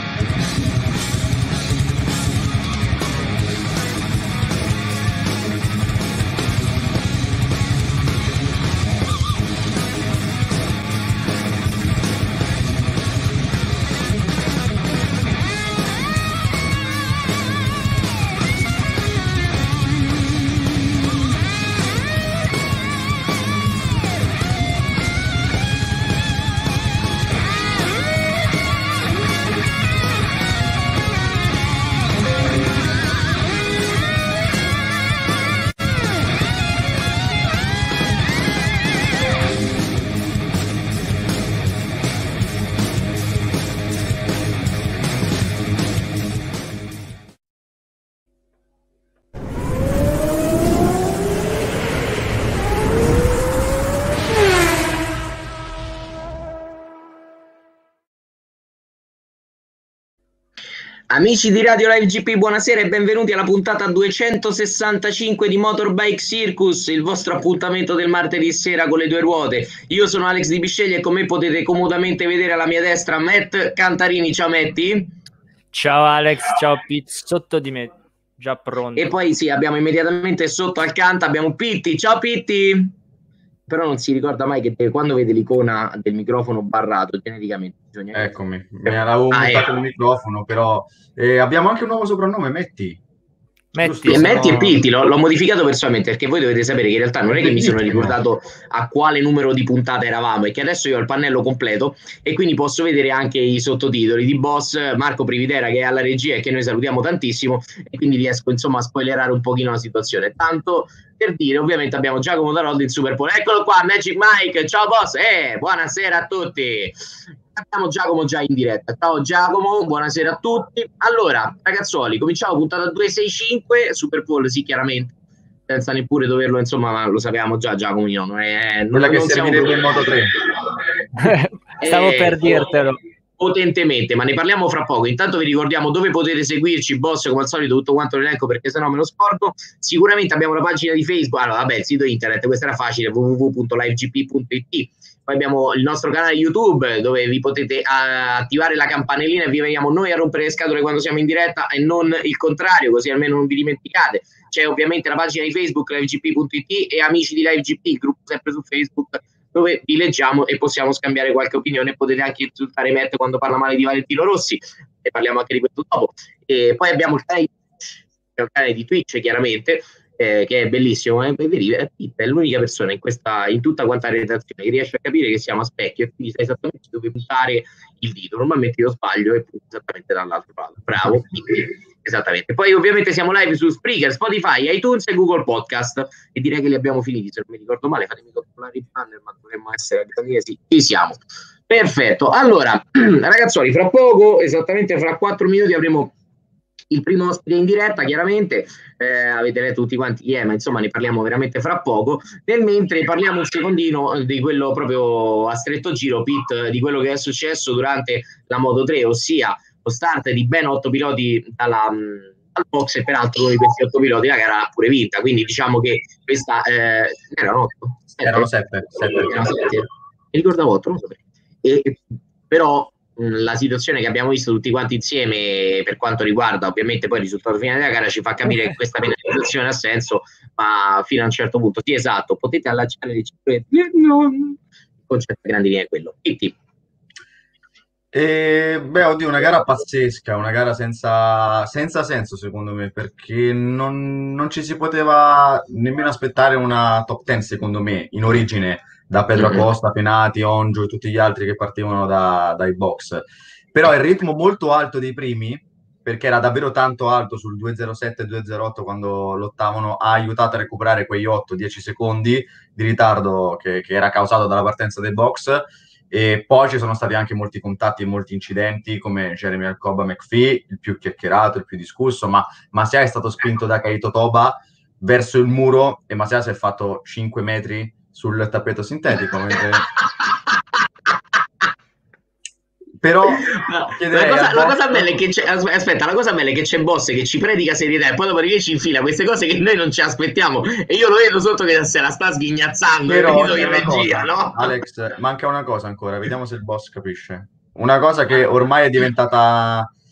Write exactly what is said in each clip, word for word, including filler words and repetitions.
Amici di Radio Live G P, buonasera e benvenuti alla puntata duecentosessantacinque di Motorbike Circus, il vostro appuntamento del martedì sera con le due ruote. Io sono Alex Di Bisceglie e con me potete comodamente vedere alla mia destra Matt Cantarini. Ciao Metti. Ciao Alex, ciao Pete, sotto di me, già pronto. E poi sì, abbiamo immediatamente sotto accanto abbiamo Pitti. Ciao Pitti. Però non si ricorda mai che quando vede l'icona del microfono barrato geneticamente bisogna... Eccomi, mi avevo ah, montato ecco. il microfono, però eh, abbiamo anche un nuovo soprannome, Metti. Metti, e sono... Metti e Pitti l'ho, l'ho modificato personalmente, perché voi dovete sapere che in realtà non è che mi sono ricordato a quale numero di puntata eravamo, e che adesso io ho il pannello completo e quindi posso vedere anche i sottotitoli di Boss, Marco Prividera che è alla regia e che noi salutiamo tantissimo, e quindi riesco insomma a spoilerare un pochino la situazione. Tanto per dire, ovviamente abbiamo Giacomo Daroldi in Superpole, eccolo qua, Magic Mike. Ciao Boss, eh, buonasera a tutti. Abbiamo Giacomo già in diretta. Ciao Giacomo, buonasera a tutti. Allora, ragazzuoli, cominciamo puntata duecentosessantacinque, Superpole, sì, chiaramente, senza neppure doverlo, insomma, ma lo sapevamo già, Giacomo, io, non è... Non, Quella che non servirebbe in Moto tre. Stavo eh, per dirtelo. Potentemente, ma ne parliamo fra poco. Intanto vi ricordiamo dove potete seguirci, Boss, come al solito tutto quanto l'elenco perché sennò me lo scordo. Sicuramente abbiamo la pagina di Facebook, allora vabbè, il sito internet, questo era facile, w w w punto live g p punto i t. Poi abbiamo il nostro canale YouTube dove vi potete uh, attivare la campanellina e vi veniamo noi a rompere le scatole quando siamo in diretta e non il contrario, così almeno non vi dimenticate. C'è ovviamente la pagina di Facebook live g p punto i t e Amici di Live G P, il gruppo sempre su Facebook, dove vi leggiamo e possiamo scambiare qualche opinione. Potete anche insultare Matt quando parla male di Valentino Rossi, e parliamo anche di questo dopo. E poi abbiamo il canale, il canale di Twitch, chiaramente, eh, che è bellissimo. È, è l'unica persona in, questa, in tutta quanta la redazione che riesce a capire che siamo a specchio e quindi sa esattamente dove puntare il dito. Normalmente io sbaglio e punto esattamente dall'altro lato. Bravo, quindi, esattamente. Poi ovviamente siamo live su Spreaker, Spotify, iTunes e Google Podcast, e direi che li abbiamo finiti, se non mi ricordo male. Fatemi controllare il banner, ma dovremmo essere sì, ci siamo. Perfetto. Allora, ragazzoli, fra poco, esattamente fra quattro minuti, avremo il primo ospite in diretta, chiaramente. Eh, avete letto tutti quanti chi è, ma insomma ne parliamo veramente fra poco. Nel mentre parliamo un secondino di quello proprio a stretto giro, Pete, di quello che è successo durante la Moto tre, ossia lo start di ben otto piloti dalla, dal box, e peraltro uno di questi otto piloti la gara pure vinta, quindi diciamo che questa eh, erano otto, erano sette, mi ricordavo otto, non so perché. E, però mh, la situazione che abbiamo visto tutti quanti insieme per quanto riguarda ovviamente poi il risultato finale della gara ci fa capire che questa penalizzazione ha senso, ma fino a un certo punto. Sì, esatto, potete allacciare le cifre, no, il concetto a grandi linee è quello. Pitti. E, beh, oddio, una gara pazzesca, una gara senza, senza senso secondo me, perché non, non ci si poteva nemmeno aspettare una top dieci secondo me, in origine, da Pedro Mm-hmm. Acosta, Penati, Onjo e tutti gli altri che partivano da, dai box. Però il ritmo molto alto dei primi, perché era davvero tanto alto sul due zero sette e due zero otto quando lottavano, ha aiutato a recuperare quegli otto dieci secondi di ritardo che, che era causato dalla partenza dei box. E poi ci sono stati anche molti contatti e molti incidenti, come Jeremy Alcoba McPhee, il più chiacchierato, il più discusso, ma Masia è stato spinto da Kaito Toba verso il muro e Masia si è fatto cinque metri sul tappeto sintetico. Mentre... Però no, chiederei la, cosa, la boss... cosa bella è che c'è, aspetta, la cosa bella è che c'è Boss che ci predica serietà e poi dopodiché ci infila queste cose che noi non ci aspettiamo, e io lo vedo sotto che se la sta sghignazzando. Però in regia, no? Alex, manca una cosa ancora, vediamo se il boss capisce. Una cosa che ormai è diventata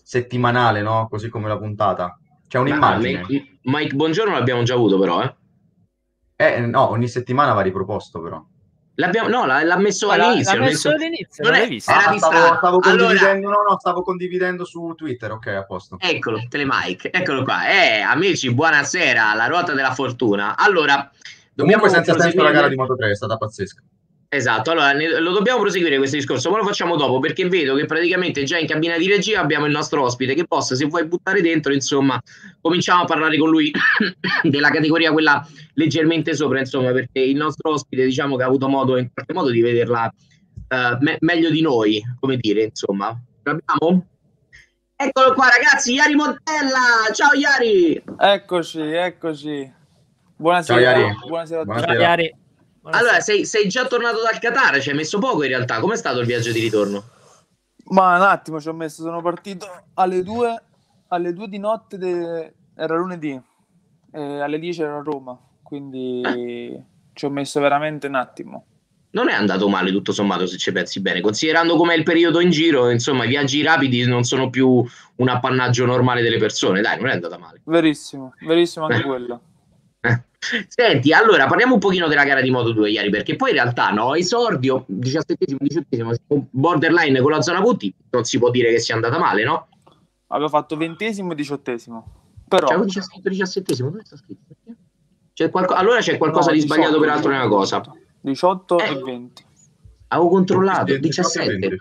settimanale, no? Così come la puntata. C'è un'immagine. Mike, Mike Buongiorno l'abbiamo già avuto però, eh. Eh, no, ogni settimana va riproposto però. L'abbiamo, no, l'ha, l'ha messo Ma l'ha- all'inizio. l'ha l'ha messo messo- all'inizio, non non è- l'hai visto? era Ah, stavo, distratto. stavo Allora, condividendo, no, no, stavo condividendo su Twitter, ok, a posto. eccolo, Telemike, eccolo qua. Eh, amici, buonasera, la ruota della fortuna. Allora, dobbiamo Comunque senza senso la proseguire- gara di Moto tre, è stata pazzesca. Esatto, allora ne- lo dobbiamo proseguire questo discorso, ma lo facciamo dopo perché vedo che praticamente già in cabina di regia abbiamo il nostro ospite che possa, se vuoi buttare dentro, insomma, cominciamo a parlare con lui della categoria quella leggermente sopra, insomma, perché il nostro ospite diciamo che ha avuto modo in qualche modo di vederla eh, me- meglio di noi, come dire, insomma. L'abbiamo? Eccolo qua ragazzi, Iari Montella, ciao Iari! Eccoci, eccoci. Buonasera, Ciao, Iari. buonasera a tutti. Buonasera. Ciao, Iari. Buonasera. Allora, sei, sei già tornato dal Qatar, ci hai messo poco in realtà, com'è stato il viaggio di ritorno? Ma un attimo ci ho messo, sono partito alle due, alle due di notte, de- era lunedì, e alle dieci ero a Roma, quindi ci ho messo veramente un attimo. Non è andato male tutto sommato se ci pensi bene, considerando com'è il periodo in giro, insomma i viaggi rapidi non sono più un appannaggio normale delle persone, dai, non è andata male. Verissimo, verissimo anche Eh. quello. Eh. Senti, allora parliamo un pochino della gara di Moto due ieri, perché poi in realtà no, esordio, diciassettesimo, diciottesimo, borderline con la zona punti, non si può dire che sia andata male, no? Avevo fatto ventesimo e diciottesimo, però C'è un diciassette, diciassettesimo, dove sta scritto? Perché? C'è qualco- allora c'è qualcosa no, di sbagliato diciotto, peraltro nella cosa. diciotto Eh. e venti. Avevo controllato, Sì, diciassette. venti.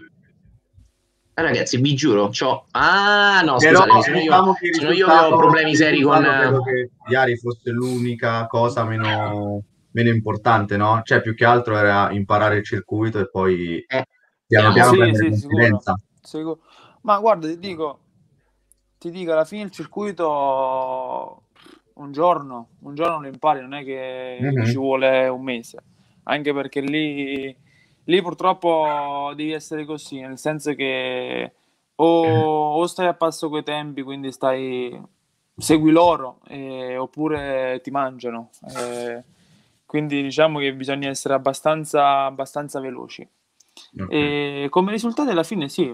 Eh, ragazzi, vi giuro, c'ho... Ah, no, Però scusate, sono io, diciamo che il sono io che risultato- ho problemi il seri con... risultato credo che Iari fosse l'unica cosa meno, meno importante, no? Cioè, più che altro era imparare il circuito e poi Eh, piano piano Sì, prendere sì, sicuro. confidenza. Sicuro. Ma guarda, ti dico, ti dico, alla fine il circuito un giorno, un giorno lo impari, non è che Mhm. ci vuole un mese, anche perché lì, lì purtroppo devi essere così, nel senso che o, o stai a passo coi tempi, quindi stai, segui loro, eh, oppure ti mangiano. eh, quindi diciamo che bisogna essere abbastanza, abbastanza veloci. Ok. E come risultato alla fine sì,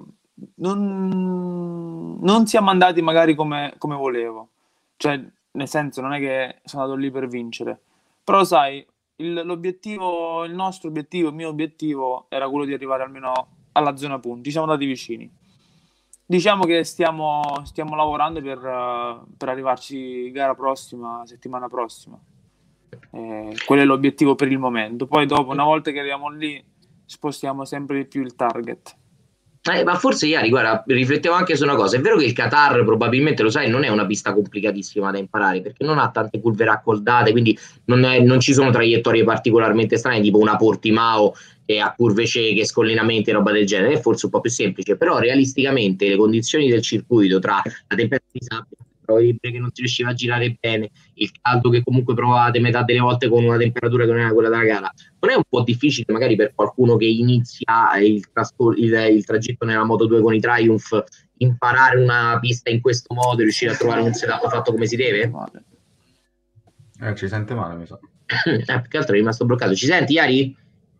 non, non siamo andati magari come, come volevo, cioè nel senso non è che sono andato lì per vincere, però sai, il, l'obiettivo, il nostro obiettivo, il mio obiettivo era quello di arrivare almeno alla zona punti, siamo andati vicini. Diciamo che stiamo, stiamo lavorando per, eh, per arrivarci gara prossima, settimana prossima. Eh, quello è l'obiettivo per il momento. Poi dopo, una volta che arriviamo lì, spostiamo sempre di più il target. Eh, ma forse ieri, guarda, riflettevo anche su una cosa. È vero che il Qatar, probabilmente lo sai, non è una pista complicatissima da imparare perché non ha tante curve raccordate, quindi non, è- non ci sono traiettorie particolarmente strane, tipo una Portimao che ha curve cieche, scollinamenti e roba del genere. È forse un po' più semplice, però realisticamente le condizioni del circuito tra la temperatura di sabbia, che non si riusciva a girare bene, il caldo che comunque provavate metà delle volte con una temperatura che non era quella della gara, non è un po' difficile magari per qualcuno che inizia il, trascor- il, il tragitto nella Moto due con i Triumph imparare una pista in questo modo e riuscire a trovare un setup fatto come si deve? Eh, ci sente male, mi sa. Eh, più che altro è rimasto bloccato. Ci senti, Iari?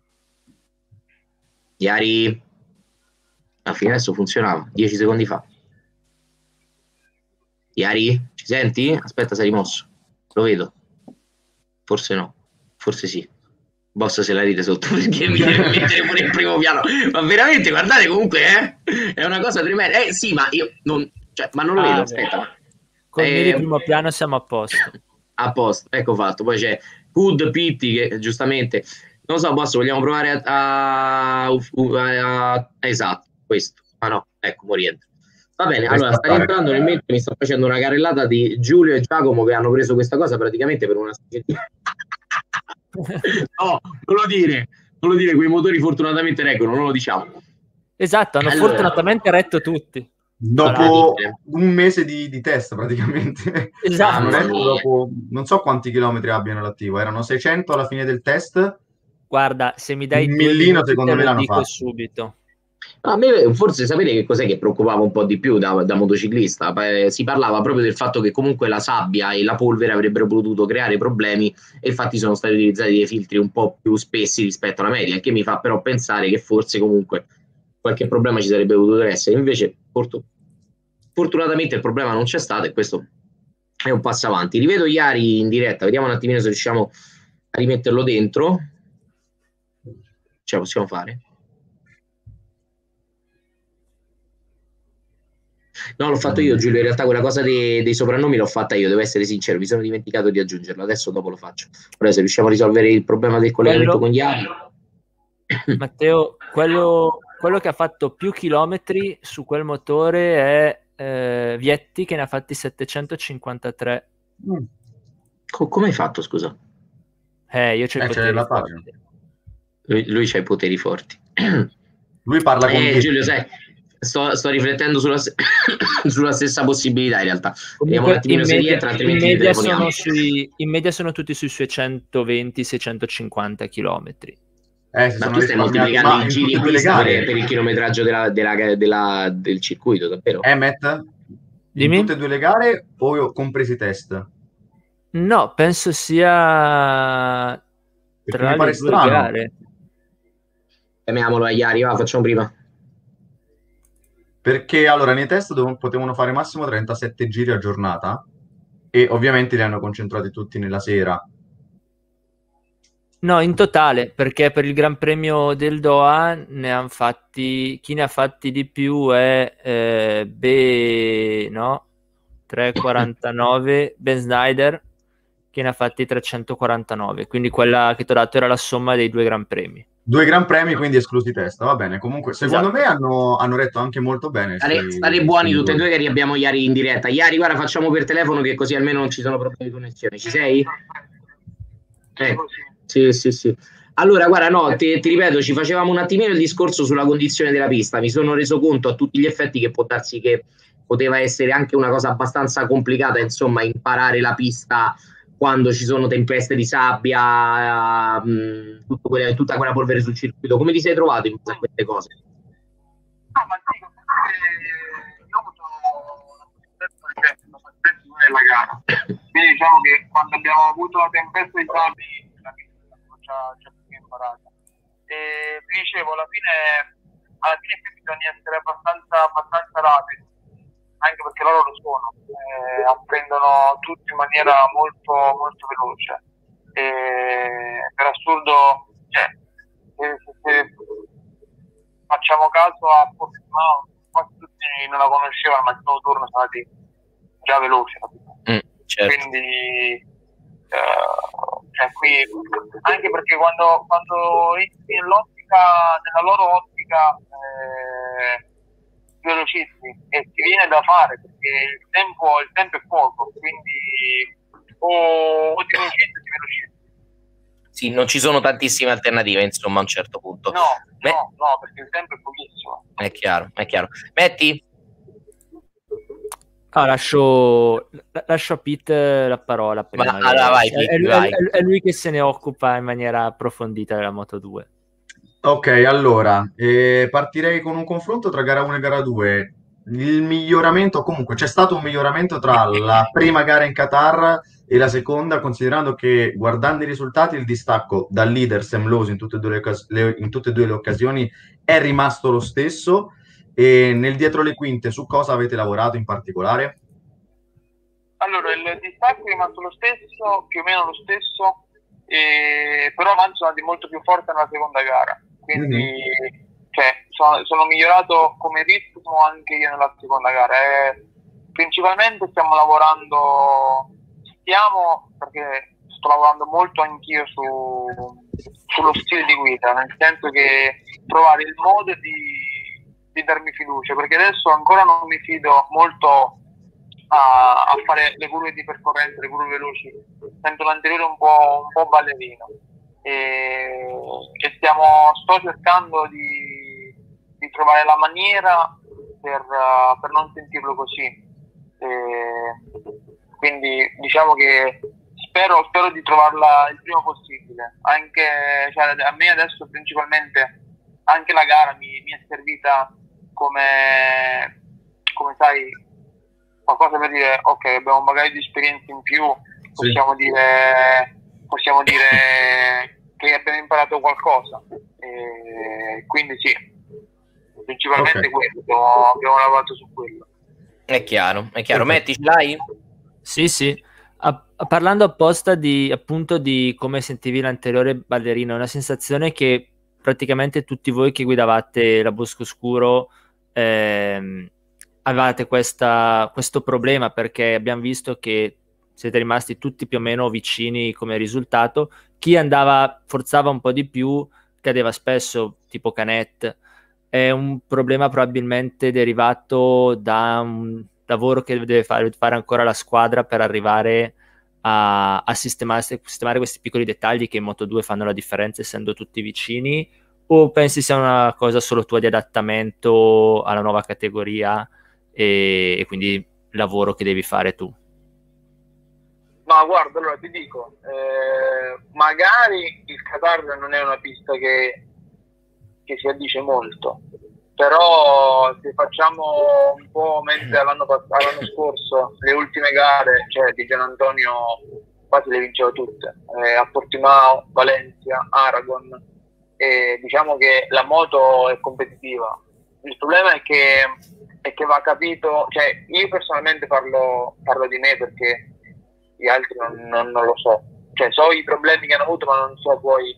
Iari? Ah, fino adesso funzionava, dieci secondi fa. Iari? Ci senti? Aspetta, sei rimosso. Lo vedo. Forse no. Forse sì. Boss se la ride sotto perché mi deve mettere pure in primo piano. Ma veramente, guardate comunque, eh? È una cosa tremenda. Eh sì, ma io non... Cioè, ma non lo Ah, vedo, beh. aspetta. Con Eh, me di primo piano siamo a posto. A posto, ecco fatto. Poi c'è Hood Pitti che giustamente... Non so, boss, vogliamo provare a... a, a, a esatto, questo. Ma no, ecco, mo rientro. Va bene, allora sta rientrando nel mentre mi sto facendo una carrellata di Giulio e Giacomo che hanno preso questa cosa praticamente per una specie di... No, non lo dire, non lo dire, quei motori fortunatamente reggono, non lo diciamo. Esatto, hanno Allora. fortunatamente retto tutti. Dopo Bravi. un mese di, di test praticamente. Esatto. Hanno Mamma detto mia. dopo, non so quanti chilometri abbiano l'attivo, erano seicento alla fine del test. Guarda, se mi dai Un due millino, minuti secondo te me, lo l'hanno dico fatto. subito. A me forse sapete che cos'è che preoccupava un po' di più da, da motociclista? Eh, si parlava proprio del fatto che comunque la sabbia e la polvere avrebbero potuto creare problemi e infatti sono stati utilizzati dei filtri un po' più spessi rispetto alla media, il che mi fa però pensare che forse comunque qualche problema ci sarebbe potuto essere. Invece, porto... fortunatamente il problema non c'è stato e questo è un passo avanti. Rivedo Iari in diretta, vediamo un attimino se riusciamo a rimetterlo dentro. Ce la possiamo fare? No, l'ho fatto io, Giulio. In realtà quella cosa dei, dei soprannomi l'ho fatta io, devo essere sincero, mi sono dimenticato di aggiungerlo. Adesso dopo lo faccio. Ora se riusciamo a risolvere il problema del collegamento Quello- con Iari. Matteo, quello, quello che ha fatto più chilometri su quel motore è eh, Vietti, che ne ha fatti settecentocinquantatré. Co- come hai fatto, scusa? Eh, io c'ho i Eh, c'è poteri la forti. pagina. Lui, lui c'ha i poteri forti. Lui parla con Eh, Vietti. Giulio, sai, sto, sto riflettendo sulla, se- sulla stessa possibilità in realtà. Vediamo un Comunque attimino in se media, rientra, in altrimenti gli media telefoniamo. sono sui, in media sono tutti sui seicentoventi seicentocinquanta chilometri. Eh, si Ma sono tu stai risparmiati, moltiplicando ma i in giri tutte e in due le pista per, gare. per il chilometraggio della- della- della- del circuito, davvero? Eh, Matt? In Dimmi? tutte e due le gare o compresi i test? No, penso sia Perché mi tra pare le due strano. gare. Chiamiamolo a Iari, va, facciamo prima. Perché allora nei test dov- potevano fare massimo trentasette giri a giornata e ovviamente li hanno concentrati tutti nella sera. No, in totale, perché per il Gran Premio del Doha ne hanno fatti, chi ne ha fatti di più è eh, B, no? trecentoquarantanove, Ben Snyder, che ne ha fatti trecentoquarantanove, quindi quella che ti ho dato era la somma dei due Gran Premi. Due gran premi, quindi esclusi test. Va bene, comunque secondo Esatto. me hanno, hanno retto anche molto bene. Stare, sti- stare buoni sti tutte e motori. due che abbiamo Iari in diretta. Iari, guarda, facciamo per telefono che così almeno non ci sono problemi di connessione. Ci sei? Eh, sì, sì, sì. Allora, guarda, no, ti, ti ripeto, ci facevamo un attimino il discorso sulla condizione della pista. Mi sono reso conto a tutti gli effetti che può darsi che poteva essere anche una cosa abbastanza complicata, insomma, imparare la pista quando ci sono tempeste di sabbia, mh, tutto quelle- tutta quella polvere sul circuito. Come ti sei trovato in mezzo a queste cose? No, ma dico, comunque io ho avuto la tempesta nella gara. Quindi diciamo che quando abbiamo avuto la tempesta di sabbia, la pista ci ha ci ha più imparato. E vi dicevo, alla fine, alla fine qui bisogna essere abbastanza, abbastanza rapidi, anche perché loro lo sono, eh, apprendono tutto in maniera molto, molto veloce. E per assurdo, cioè, se, se, se facciamo caso a Portimao, quasi tutti non la conoscevano, ma il primo turno sono stati già veloci. Mm, certo. Quindi, eh, cioè qui, anche perché quando, quando entri nell'ottica, nella loro ottica, eh, velocisti, e ti viene da fare perché il tempo, il tempo è poco, quindi o, o ti velocisti o ti velocisti. Sì, non ci sono tantissime alternative, insomma, a un certo punto. No, Beh, no, no, perché il tempo è pochissimo. è chiaro, è chiaro. Metti? Ah, lascio, lascio a Pete la parola prima. Ma- allora, vai, è, Pete, è- vai. è- è lui che se ne occupa in maniera approfondita della Moto due. Ok, allora, eh, partirei con un confronto tra gara uno e gara due. Il miglioramento, comunque, c'è stato un miglioramento tra la prima gara in Qatar e la seconda, considerando che guardando i risultati il distacco dal leader Sam Lowe in tutte e due le, occas- le- in tutte e due le occasioni è rimasto lo stesso. E nel dietro le quinte, su cosa avete lavorato in particolare? Allora, il distacco è rimasto lo stesso, più o meno lo stesso, eh, però avanti sono andati molto più forte nella seconda gara. Quindi cioè, sono, sono migliorato come ritmo anche io nella seconda gara. Eh, principalmente stiamo lavorando, stiamo, perché sto lavorando molto anch'io su, sullo stile di guida, nel senso che trovare il modo di, di darmi fiducia, perché adesso ancora non mi fido molto a, a fare le curve di percorrenza, le curve veloci, sento l'anteriore un po', un po' ballerino. E, e stiamo, sto cercando di, di trovare la maniera per, uh, per non sentirlo così. E, quindi diciamo che spero, spero di trovarla il prima possibile. Anche, cioè, a me adesso principalmente anche la gara mi, mi è servita come, come sai, qualcosa per dire ok, abbiamo magari di esperienza in più, possiamo Sì. dire possiamo dire che abbiamo imparato qualcosa, e quindi sì, principalmente Ok. questo, abbiamo lavorato su quello. È chiaro, è chiaro. Metti, ce l'hai? Sì, sì. A, a- parlando apposta di, appunto, di come sentivi l'anteriore ballerino, è una sensazione che praticamente tutti voi che guidavate la Boscoscuro ehm, avevate questa, questo problema, perché abbiamo visto che siete rimasti tutti più o meno vicini come risultato. Chi andava, forzava un po' di più, cadeva spesso, tipo Canet. È un problema probabilmente derivato da un lavoro che deve fare, fare ancora la squadra per arrivare a, a sistemare, sistemare questi piccoli dettagli che in Moto due fanno la differenza essendo tutti vicini, o pensi sia una cosa solo tua di adattamento alla nuova categoria e, e quindi lavoro che devi fare tu? Ma guarda, allora ti dico, eh, magari il Qatar non è una pista che, che si addice molto, però se facciamo un po' mentre l'anno, l'anno scorso, le ultime gare, cioè di Gian Antonio quasi le vinceva tutte, eh, a Portimao, Valencia, Aragon, e diciamo che la moto è competitiva. Il problema è che, è che va capito, cioè io personalmente parlo, parlo di me perché gli altri non, non, non lo so, cioè so i problemi che hanno avuto ma non so poi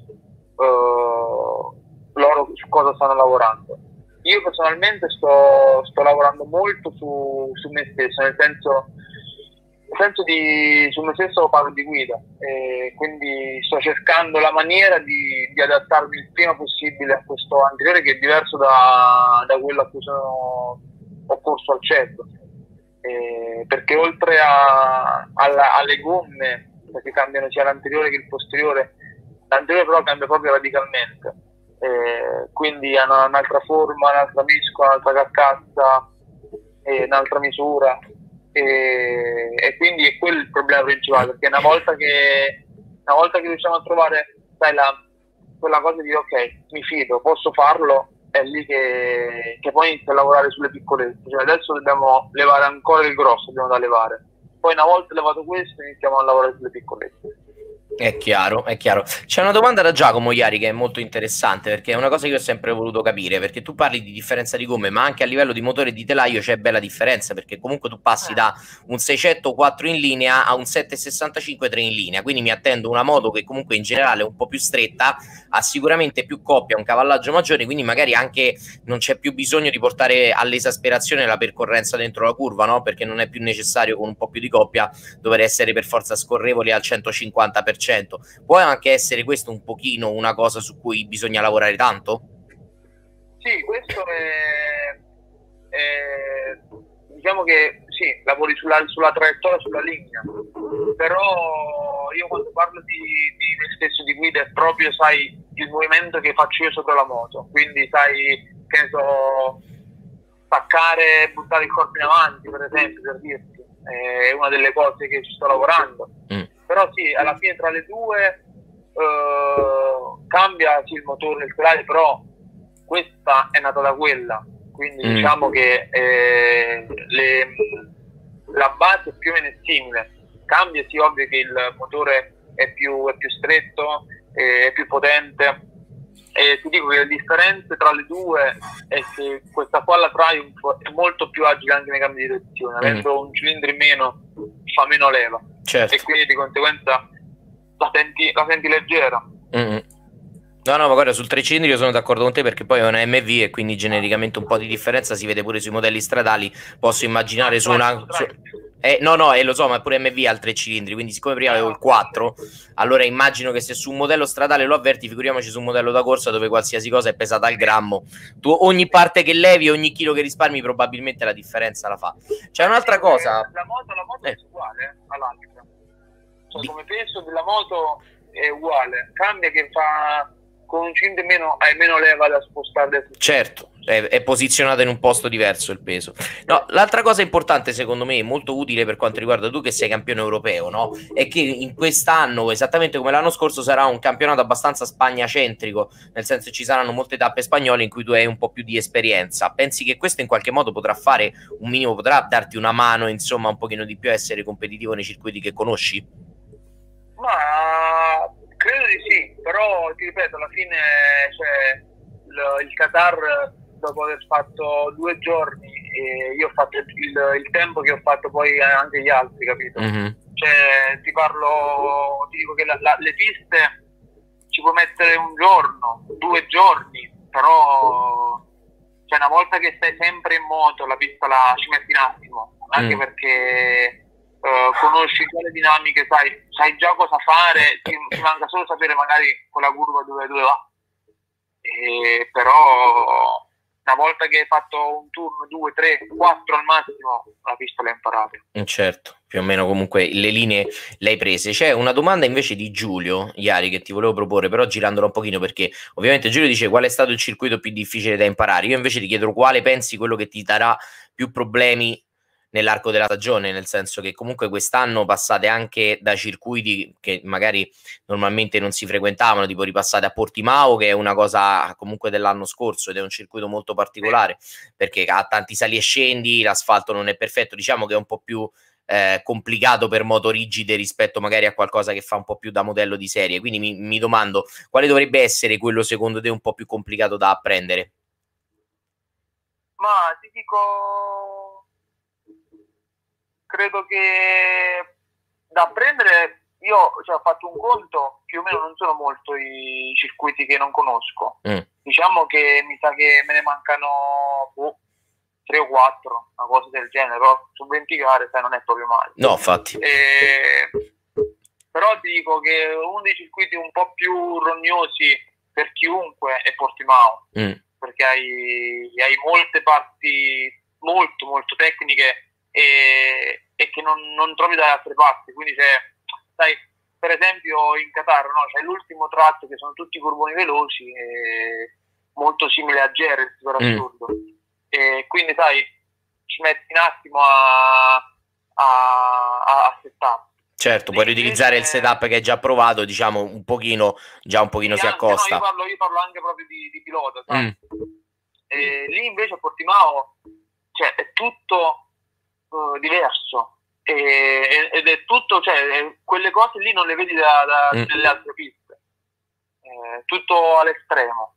uh, loro su cosa stanno lavorando. Io personalmente sto, sto lavorando molto su, su me stesso, nel senso, nel senso di su me stesso parlo di guida, e quindi sto cercando la maniera di, di adattarmi il prima possibile a questo anteriore che è diverso da, da quello a cui sono, ho corso al C E D. Eh, perché oltre a, alla, alle gomme, perché cambiano sia l'anteriore che il posteriore, l'anteriore però cambia proprio radicalmente, eh, quindi ha un'altra forma, un'altra mescola, un'altra carcassa, eh, un'altra misura, eh, e quindi è quello il problema principale, perché una volta che una volta che riusciamo a trovare, sai, la, quella cosa di ok, mi fido, posso farlo, è lì che, che poi inizia a lavorare sulle piccolezze. Cioè adesso dobbiamo levare ancora il grosso, dobbiamo da levare. Poi una volta levato questo iniziamo a lavorare sulle piccolezze. È chiaro, è chiaro. C'è una domanda da Giacomo Iari che è molto interessante, perché è una cosa che io ho sempre voluto capire, perché tu parli di differenza di gomme, ma anche a livello di motore e di telaio c'è bella differenza, perché comunque tu passi da un seicento quattro in linea a un sette sessantacinque tre in linea, quindi mi attendo una moto che comunque in generale è un po' più stretta, ha sicuramente più coppia, un cavallaggio maggiore, quindi magari anche non c'è più bisogno di portare all'esasperazione la percorrenza dentro la curva, no? Perché non è più necessario con un po' più di coppia dover essere per forza scorrevoli al centocinquanta per cento. Può anche essere questo un pochino una cosa su cui bisogna lavorare tanto? Sì, questo è, è diciamo che sì, lavori sulla, sulla traiettoria, sulla linea, però io quando parlo di, di me stesso di guida è proprio, sai, il movimento che faccio io sopra la moto, quindi sai, che ne so, staccare e buttare il corpo in avanti, per esempio, per dirti, è una delle cose che ci sto lavorando. Mm. Però sì, alla fine tra le due uh, cambia sì, il motore e il telaio, però questa è nata da quella, quindi mm. diciamo che eh, le, la base più o meno è simile. Cambia sì, ovvio che il motore è più, è più stretto, è più potente, e ti dico che le differenze tra le due è che questa qua, la Triumph, è molto più agile anche nei cambi di direzione, mm. avendo un cilindro in meno fa meno leva. Certo. E quindi di conseguenza la senti, la senti leggera. Mm-hmm. No, no, ma guarda, sul tre cilindri io sono d'accordo con te, perché poi è una M V e quindi genericamente un po' di differenza si vede pure sui modelli stradali. Posso immaginare su una... Su... Eh, no, no, eh, lo so, ma pure M V ha il tre cilindri, quindi siccome prima avevo il quattro, allora immagino che se su un modello stradale lo avverti, figuriamoci su un modello da corsa dove qualsiasi cosa è pesata al grammo. Tu ogni parte che levi, ogni chilo che risparmi, probabilmente la differenza la fa. C'è un'altra cosa... La moto, la moto eh. è uguale all'altra. Cioè, come peso della moto è uguale, cambia che fa... con un cilindro in meno hai meno leva da spostare. Certo, è, è posizionato in un posto diverso il peso. No, l'altra cosa importante secondo me, molto utile per quanto riguarda tu che sei campione europeo, no? È che in quest'anno, esattamente come l'anno scorso, sarà un campionato abbastanza spagnacentrico, nel senso che ci saranno molte tappe spagnole in cui tu hai un po' più di esperienza. Pensi che questo in qualche modo potrà fare un minimo, potrà darti una mano, insomma, un pochino di più a essere competitivo nei circuiti che conosci? Ma credo di sì, però ti ripeto, alla fine cioè, il, il Qatar, dopo aver fatto due giorni e io ho fatto il, il tempo che ho fatto poi anche gli altri, capito? Mm-hmm. Cioè, ti parlo, ti dico che la, la, le piste ci puoi mettere un giorno, due giorni, però cioè, una volta che stai sempre in moto la pista la ci metti un attimo, anche mm. perché uh, conosci già le dinamiche, sai, sai già cosa fare, ti, ti manca solo sapere magari quella curva dove, dove va. E, però una volta che hai fatto un turno, due, tre, quattro al massimo, la pista l'hai imparata. Certo, più o meno comunque le linee le hai prese. C'è una domanda invece di Giulio Iari che ti volevo proporre, però girandola un pochino, perché ovviamente Giulio dice qual è stato il circuito più difficile da imparare. Io invece ti chiedo quale pensi quello che ti darà più problemi nell'arco della stagione, nel senso che comunque quest'anno passate anche da circuiti che magari normalmente non si frequentavano, tipo ripassate a Portimao, che è una cosa comunque dell'anno scorso ed è un circuito molto particolare perché ha tanti sali e scendi, l'asfalto non è perfetto, diciamo che è un po' più eh, complicato per moto rigide rispetto magari a qualcosa che fa un po' più da modello di serie, quindi mi, mi domando quale dovrebbe essere quello secondo te un po' più complicato da apprendere? Ma ti dico, credo che da apprendere, io cioè, ho fatto un conto, più o meno non sono molto i circuiti che non conosco, mm. diciamo che mi sa che me ne mancano oh, tre o quattro, una cosa del genere, però su venti gare sai, non è proprio male. No, infatti. E, però ti dico che uno dei circuiti un po' più rognosi per chiunque è Portimao, mm. perché hai, hai molte parti molto molto tecniche e, e che non, non trovi dalle altre parti, quindi c'è, sai, per esempio in Qatar no? C'è l'ultimo tratto che sono tutti curvoni veloci e molto simile a Jerez per assurdo, mm. e quindi sai ci metti un attimo a, a, a settare. Certo, puoi riutilizzare il setup che hai già provato, diciamo un pochino, già un pochino si accosta. No, io, parlo, io parlo anche proprio di, di pilota, sai? Mm. E lì invece a Portimao cioè, è tutto uh, diverso e, ed è tutto, cioè quelle cose lì non le vedi da, da, mm. nelle altre piste, è tutto all'estremo.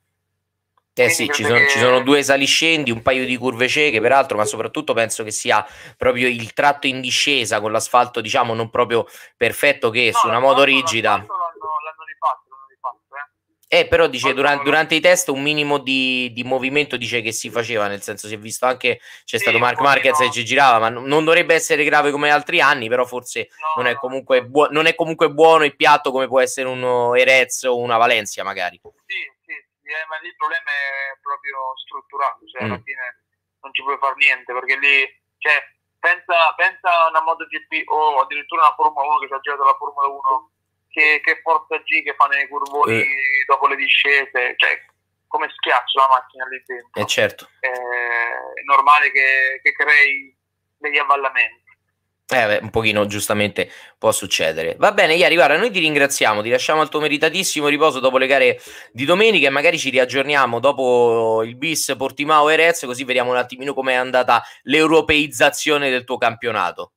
Eh sì, ci sono, che... ci sono due saliscendi, un paio di curve cieche peraltro, ma soprattutto penso che sia proprio il tratto in discesa con l'asfalto, diciamo, non proprio perfetto, che no, su una moto rigida... L'hanno, l'hanno rifatto, l'hanno rifatto, eh. Eh, però dice durante, durante i test un minimo di, di movimento dice che si faceva, nel senso si è visto anche, c'è sì, stato Marc Marquez che ci girava, ma non dovrebbe essere grave come altri anni, però forse no, non, è comunque buo- non è comunque buono e piatto come può essere uno Jerez o una Valencia magari. Sì. Eh, ma lì il problema è proprio strutturato, cioè mm. alla fine non ci puoi fare niente, perché lì, cioè, pensa, pensa a una MotoGP o addirittura una Formula uno che ci ha girato la Formula uno, che, che forza G che fa nei curvoni eh. dopo le discese, cioè come schiaccia la macchina lì dentro. Eh certo. Eh, è normale che, che crei degli avvallamenti. Eh beh, un pochino giustamente può succedere. Va bene, Iari, guarda, noi ti ringraziamo, ti lasciamo al tuo meritatissimo riposo dopo le gare di domenica e magari ci riaggiorniamo dopo il bis Portimao Jerez, così vediamo un attimino com'è andata l'europeizzazione del tuo campionato.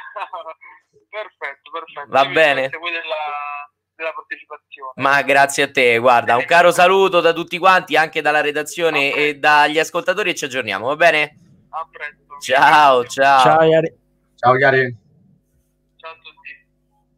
Perfetto, perfetto. Va bene. Grazie della, della partecipazione. Ma grazie a te, guarda, un caro saluto da tutti quanti, anche dalla redazione e dagli ascoltatori, e ci aggiorniamo, va bene? A presto. Ciao, ciao. Ciao, Iari. Ciao Gary. Ciao a tutti.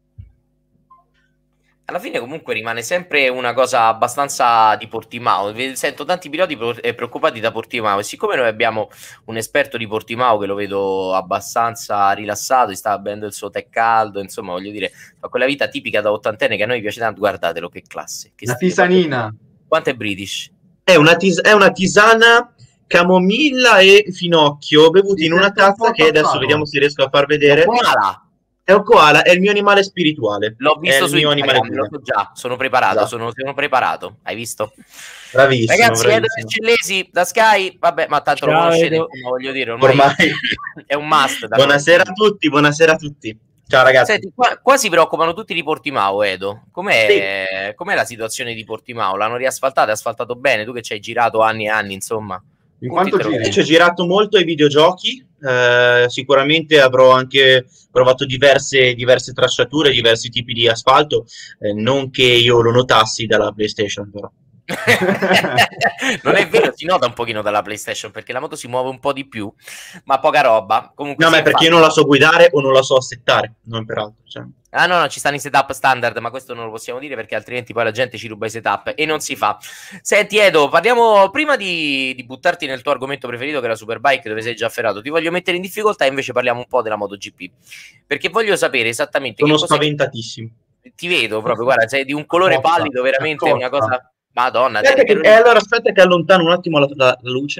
Alla fine comunque rimane sempre una cosa abbastanza di Portimao. Sento tanti piloti preoccupati da Portimao e siccome noi abbiamo un esperto di Portimao che lo vedo abbastanza rilassato, sta bevendo il suo tè caldo, insomma voglio dire, fa quella vita tipica da ottantenne che a noi piace tanto. Guardatelo che classe, che la tisanina. Quanto è British? È una, tis- è una tisana camomilla e finocchio bevuti in una tazza che adesso vediamo se riesco a far vedere. Koala. È un koala, è il mio animale spirituale. L'ho visto è su il mio Instagram, animale lo so già, sono preparato, esatto. sono, sono preparato, hai visto? Bravissimo. Ragazzi, bravissimo. Edo Cellesi da Sky, vabbè, ma tanto Ciao, lo conoscete, Edo. voglio dire, ormai, Ormai. è un must. Da Buonasera a tutti, buonasera a tutti. Ciao ragazzi. Senti, qua, qua si preoccupano tutti di Portimao, Edo. Com'è, sì. com'è la situazione di Portimao? L'hanno riasfaltata, è asfaltato bene? Tu che ci hai girato anni e anni, insomma. In quanto giri? Ci ho girato molto ai videogiochi, eh, sicuramente avrò anche provato diverse, diverse tracciature, diversi tipi di asfalto, eh, non che io lo notassi dalla PlayStation però. Non è vero, si nota un pochino dalla PlayStation perché la moto si muove un po' di più, ma poca roba. Comunque no, ma è perché io non la so guidare o non la so assettare, non peraltro. Cioè. Ah no, no, ci stanno i setup standard, ma questo non lo possiamo dire perché altrimenti poi la gente ci ruba i setup e non si fa. Senti Edo, parliamo prima di, di buttarti nel tuo argomento preferito che è la Superbike dove sei già afferrato. Ti voglio mettere in difficoltà e invece parliamo un po' della MotoGP perché voglio sapere esattamente sono che cosa... spaventatissimo. Ti vedo proprio, guarda, sei di un colore Accotta, pallido, veramente accotta. una cosa... Madonna. Aspetta che, eh, allora aspetta che allontano un attimo la, la, la luce.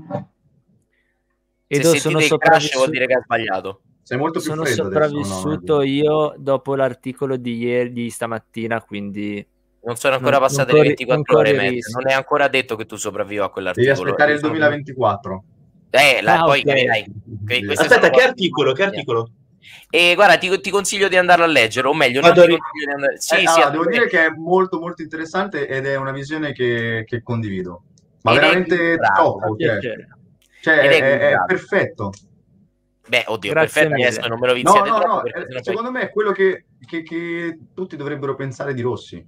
Ed Se sono sentite il crash vuol sopravvissuto, dire che ha sbagliato. Sei molto più sono freddo sopravvissuto adesso, no? io dopo l'articolo di ieri, di stamattina, quindi Non sono ancora non, passate non le corri, ventiquattro non ore e corri mezza. rischi. Non è ancora detto che tu sopravviva a Devi quell'articolo. aspettare il Sono- duemilaventiquattro. Eh, la- Ah, poi ok. capirai. Que- queste Aspetta, sono che cose- articolo? Che articolo? E guarda, ti, ti consiglio di andarlo a leggere, o meglio, non Vado ti a ri- consiglio di andare. Sì, Eh, sì, allora, devo dire assolutamente. che è molto molto interessante ed è una visione che, che condivido. Ma Ed è veramente equilibrato. Fa troppo, cioè, piacere. cioè, Ed è è, è equilibrato. perfetto. Beh, oddio, Grazie perfetto, mille. adesso non me lo No, viziate no, troppo no, perché eh, sennò poi... secondo me è quello che, che- che tutti dovrebbero pensare di Rossi.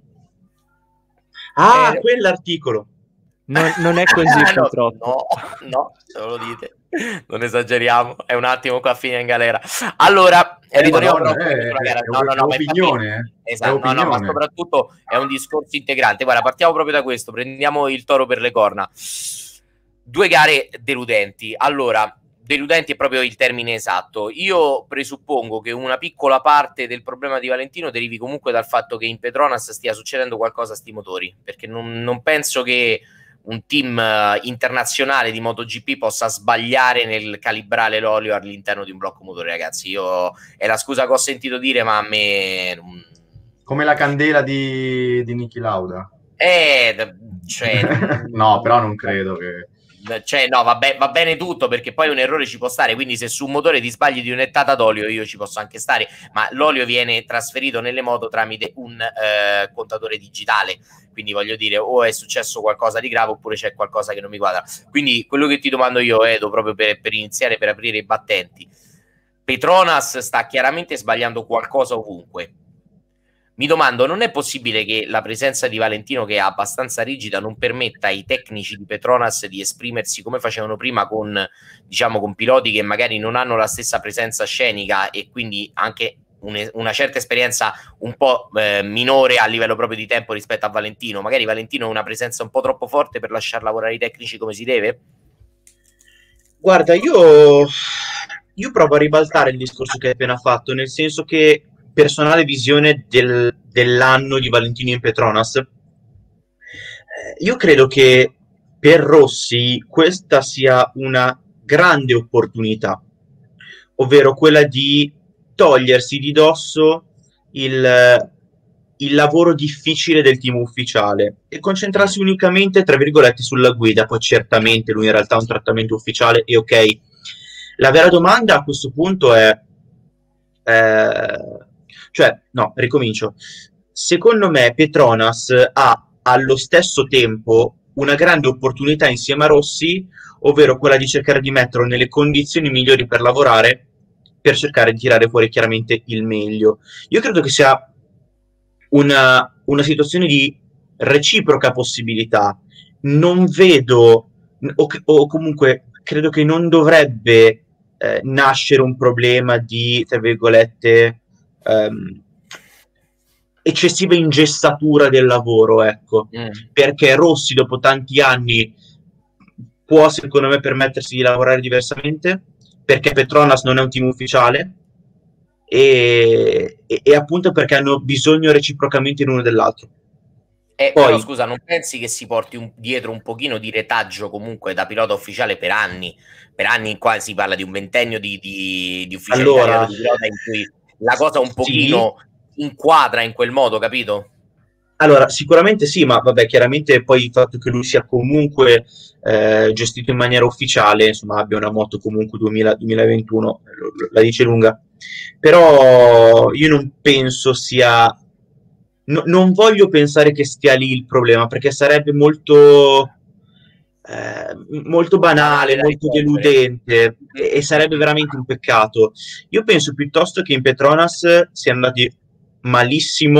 Ah, Eh, quell'articolo. Non, non è così Ah, no, purtroppo. no, no, se lo dite. Non esageriamo, è un attimo qua a fine in galera. Allora, Eh, ritorniamo Madonna, però un è, pochino sulla gara. è- No, no, è no, ma infatti- opinione, eh. esatto, È no, no, ma opinione. soprattutto è un discorso integrante. Guarda, partiamo proprio da questo, prendiamo il toro per le corna. Due gare deludenti. Allora, deludenti è proprio il termine esatto. Io presuppongo che una piccola parte del problema di Valentino derivi comunque dal fatto che in Petronas stia succedendo qualcosa a sti motori, perché non, non penso che un team uh, internazionale di MotoGP possa sbagliare nel calibrare l'olio all'interno di un blocco motore, ragazzi. Io è la scusa che ho sentito dire, ma a me non... Come la candela di, di Niki Lauda. eh, cioè, No, però non credo che... Cioè, no, va, be- va bene tutto perché poi un errore ci può stare. Quindi, se su un motore ti sbagli di un'ettata d'olio, io ci posso anche stare. Ma l'olio viene trasferito nelle moto tramite un eh, contatore digitale. Quindi, voglio dire, o è successo qualcosa di grave oppure c'è qualcosa che non mi quadra. Quindi, quello che ti domando io, Edo, proprio per, per iniziare, per aprire i battenti, Petronas sta chiaramente sbagliando qualcosa ovunque. Mi domando, non è possibile che la presenza di Valentino, che è abbastanza rigida, non permetta ai tecnici di Petronas di esprimersi come facevano prima con, diciamo, con piloti che magari non hanno la stessa presenza scenica e quindi anche un, una certa esperienza un po' eh, minore a livello proprio di tempo rispetto a Valentino? Magari Valentino ha una presenza un po' troppo forte per lasciar lavorare i tecnici come si deve? Guarda, io, io provo a ribaltare il discorso che hai appena fatto, nel senso che personale visione del, dell'anno di Valentino in Petronas, eh, io credo che per Rossi questa sia una grande opportunità, ovvero quella di togliersi di dosso il, il lavoro difficile del team ufficiale e concentrarsi unicamente, tra virgolette, sulla guida. Poi certamente lui in realtà ha un trattamento ufficiale e ok. La vera domanda a questo punto è eh, cioè, no, ricomincio. Secondo me Petronas ha allo stesso tempo una grande opportunità insieme a Rossi, ovvero quella di cercare di metterlo nelle condizioni migliori per lavorare, per cercare di tirare fuori chiaramente il meglio. Io credo che sia una, una situazione di reciproca possibilità. Non vedo, o, o comunque credo che non dovrebbe eh, nascere un problema di, tra virgolette, Um, eccessiva ingessatura del lavoro, ecco, mm. perché Rossi dopo tanti anni può secondo me permettersi di lavorare diversamente, perché Petronas non è un team ufficiale e, e, e appunto perché hanno bisogno reciprocamente l'uno dell'altro. Eh, Poi, però scusa, non pensi che si porti un, dietro un pochino di retaggio comunque da pilota ufficiale per anni? Per anni qua si parla di un ventennio di, di, di ufficialità allora, di pilota in cui la cosa un pochino sì. inquadra in quel modo, capito? Allora, sicuramente sì, ma vabbè, chiaramente poi il fatto che lui sia comunque eh, gestito in maniera ufficiale, insomma, abbia una moto comunque duemila, duemilaventuno, la dice lunga. Però io non penso sia... No, non voglio pensare che stia lì il problema, perché sarebbe molto... Eh, molto banale, molto deludente e, e sarebbe veramente un peccato. Io penso piuttosto che in Petronas siano andati malissimo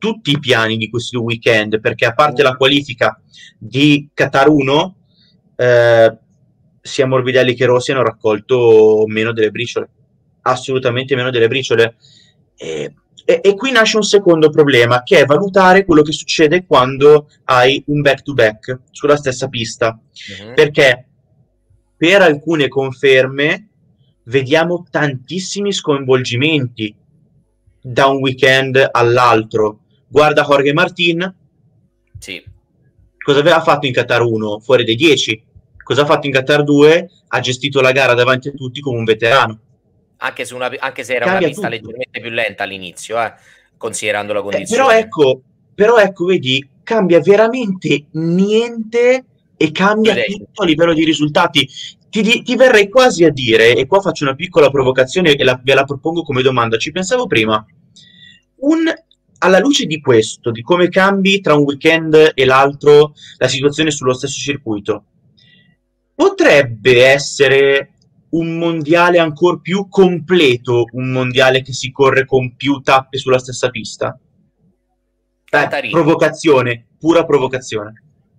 tutti i piani di questo weekend, perché a parte la qualifica di Qatar uno, eh, sia Morbidelli che Rossi hanno raccolto meno delle briciole, assolutamente meno delle briciole. E, e, e qui nasce un secondo problema, che è valutare quello che succede quando hai un back-to-back sulla stessa pista, uh-huh. perché per alcune conferme vediamo tantissimi sconvolgimenti da un weekend all'altro. Guarda Jorge Martin, sì. cosa aveva fatto in Qatar uno? Fuori dai dieci. Cosa ha fatto in Qatar due? Ha gestito la gara davanti a tutti come un veterano. Anche, su una, anche se era Cambia una pista tutto. Leggermente più lenta all'inizio, eh, considerando la condizione. Eh, però ecco, però ecco, vedi, cambia veramente niente e cambia tutto a livello di risultati. Ti, di, ti verrei quasi a dire, e qua faccio una piccola provocazione e la, ve la propongo come domanda, ci pensavo prima, un, alla luce di questo, di come cambi tra un weekend e l'altro la situazione sullo stesso circuito, potrebbe essere un mondiale ancora più completo, un mondiale che si corre con più tappe sulla stessa pista? Eh, provocazione, pura provocazione.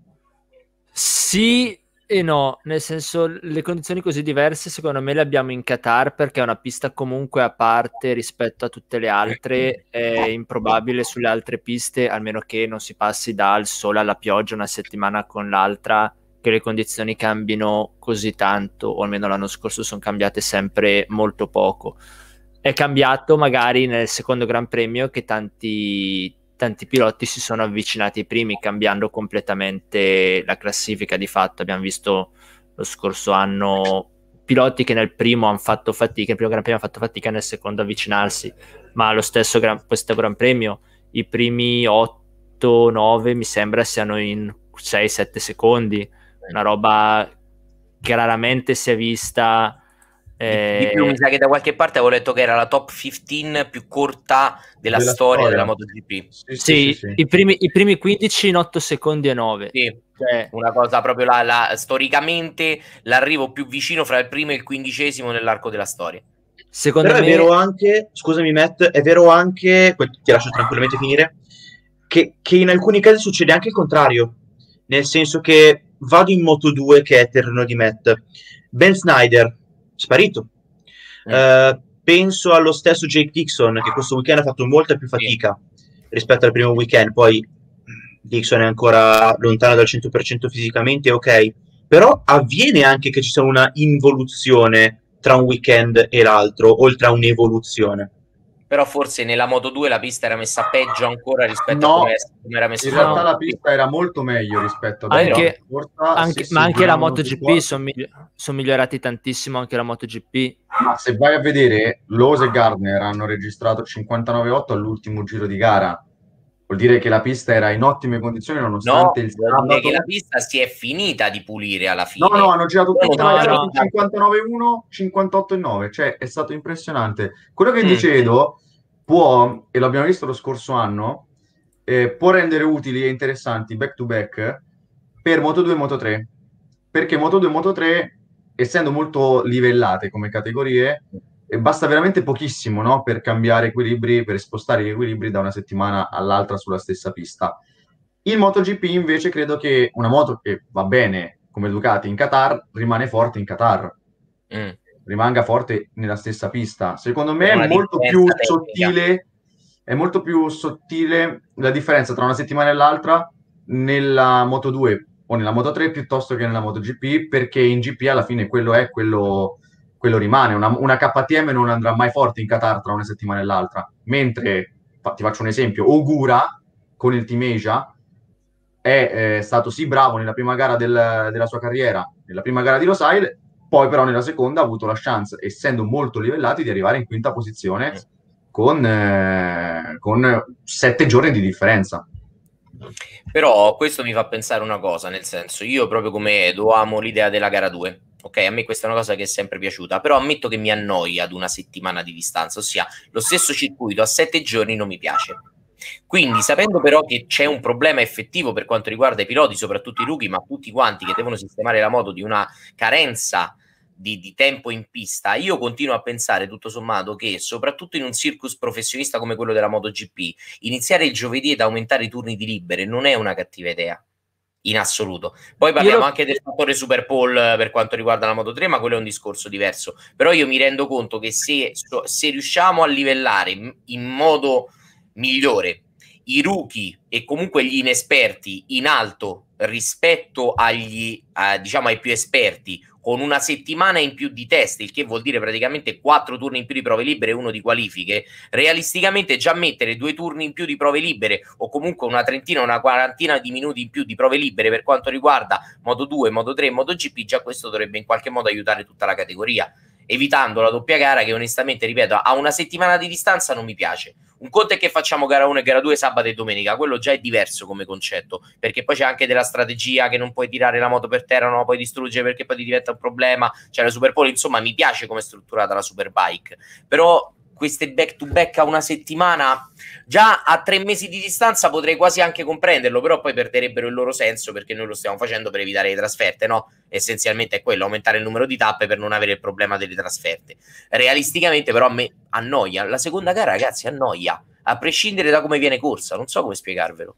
Sì e no, nel senso, le condizioni così diverse secondo me le abbiamo in Qatar, perché è una pista comunque a parte rispetto a tutte le altre. È improbabile sulle altre piste, almeno che non si passi dal sole alla pioggia una settimana con l'altra, che le condizioni cambino così tanto, o almeno l'anno scorso sono cambiate sempre molto poco. È cambiato magari nel secondo Gran Premio che tanti, tanti piloti si sono avvicinati ai primi, cambiando completamente la classifica di fatto. Abbiamo visto lo scorso anno piloti che nel primo hanno fatto fatica, nel primo Gran Premio hanno fatto fatica, nel secondo avvicinarsi, ma lo stesso gran, questo Gran Premio, i primi otto nove mi sembra siano in sei sette secondi, una roba che raramente si è vista. Eh... Di più, mi sa che da qualche parte avevo letto che era la top quindici più corta della, della storia, storia della MotoGP. Sì, sì, sì, sì. I, primi, i primi quindici in otto secondi e nove. Sì, cioè, una cosa proprio la, la, storicamente l'arrivo più vicino fra il primo e il quindicesimo nell'arco della storia. Secondo Però me... è vero anche, scusami Matt, è vero anche, ti lascio tranquillamente finire, che, che in alcuni casi succede anche il contrario, nel senso che vado in Moto due, che è terreno di Matt, Ben Snyder sparito, mm. uh, penso allo stesso Jake Dixon, che questo weekend ha fatto molta più fatica sì. rispetto al primo weekend. Poi Dixon è ancora lontano dal cento per cento fisicamente, ok, però avviene anche che ci sia una involuzione tra un weekend e l'altro, oltre a un'evoluzione. Però forse nella Moto due la pista era messa peggio ancora rispetto no, a come, come era messa. In realtà no. la pista era molto meglio rispetto a anche, anche, sì, ma sì, anche la MotoGP sono migli- son migliorati tantissimo, anche la MotoGP. Ma se vai a vedere, Lowe's e Gardner hanno registrato cinquantanove otto all'ultimo giro di gara. Vuol dire che la pista era in ottime condizioni nonostante no, il sabato... dire che la pista si è finita di pulire alla fine. No, no, hanno girato tutta no, la gara no. cinquantanove uno, cinquantotto nove, cioè è stato impressionante. Quello che mm. dicevo può, e l'abbiamo visto lo scorso anno, eh, può rendere utili e interessanti back to back per Moto due e Moto tre, perché Moto due e Moto tre, essendo molto livellate come categorie, e basta veramente pochissimo, no? Per cambiare equilibri, per spostare gli equilibri da una settimana all'altra sulla stessa pista. Il MotoGP invece credo che una moto che va bene come Ducati in Qatar rimane forte in Qatar, mm. rimanga forte nella stessa pista. Secondo me è molto più tecnica. sottile, è molto più sottile la differenza tra una settimana e l'altra nella Moto due o nella Moto tre piuttosto che nella MotoGP, perché in G P alla fine quello è quello quello rimane. Una, una K T M non andrà mai forte in Qatar tra una settimana e l'altra, mentre, ti faccio un esempio, Ogura con il Team Asia è eh, stato sì bravo nella prima gara del, della sua carriera, nella prima gara di Losail, poi però nella seconda ha avuto la chance, essendo molto livellati, di arrivare in quinta posizione con, eh, con sette giorni di differenza. Però questo mi fa pensare una cosa, nel senso, io proprio come Edo amo l'idea della gara due. Ok, a me questa è una cosa che è sempre piaciuta, però ammetto che mi annoi ad una settimana di distanza, ossia lo stesso circuito a sette giorni non mi piace. Quindi, sapendo però che c'è un problema effettivo per quanto riguarda i piloti, soprattutto i rookie, ma tutti quanti che devono sistemare la moto, di una carenza di, di tempo in pista, io continuo a pensare tutto sommato che soprattutto in un circus professionista come quello della MotoGP, iniziare il giovedì ed aumentare i turni di libere non è una cattiva idea. In assoluto. Poi parliamo io... anche del fattore Super Pole per quanto riguarda la Moto tre, ma quello è un discorso diverso. Però io mi rendo conto che se, se riusciamo a livellare in modo migliore i rookie e comunque gli inesperti in alto rispetto agli eh, diciamo ai più esperti, con una settimana in più di test, il che vuol dire praticamente quattro turni in più di prove libere e uno di qualifiche, realisticamente già mettere due turni in più di prove libere o comunque una trentina, una quarantina di minuti in più di prove libere per quanto riguarda Moto due, Moto tre e MotoGP, già questo dovrebbe in qualche modo aiutare tutta la categoria, evitando la doppia gara che onestamente, ripeto, a una settimana di distanza non mi piace. Un conto è che facciamo gara uno e gara due sabato e domenica, quello già è diverso come concetto, perché poi c'è anche della strategia che non puoi tirare la moto per terra, non la puoi distruggere perché poi ti diventa un problema, c'è la Super Pole, insomma mi piace come è strutturata la Superbike, però queste back to back a una settimana, già a tre mesi di distanza potrei quasi anche comprenderlo, però poi perderebbero il loro senso perché noi lo stiamo facendo per evitare le trasferte, no? Essenzialmente è quello, aumentare il numero di tappe per non avere il problema delle trasferte. Realisticamente però a me annoia, la seconda gara ragazzi annoia, a prescindere da come viene corsa, non so come spiegarvelo.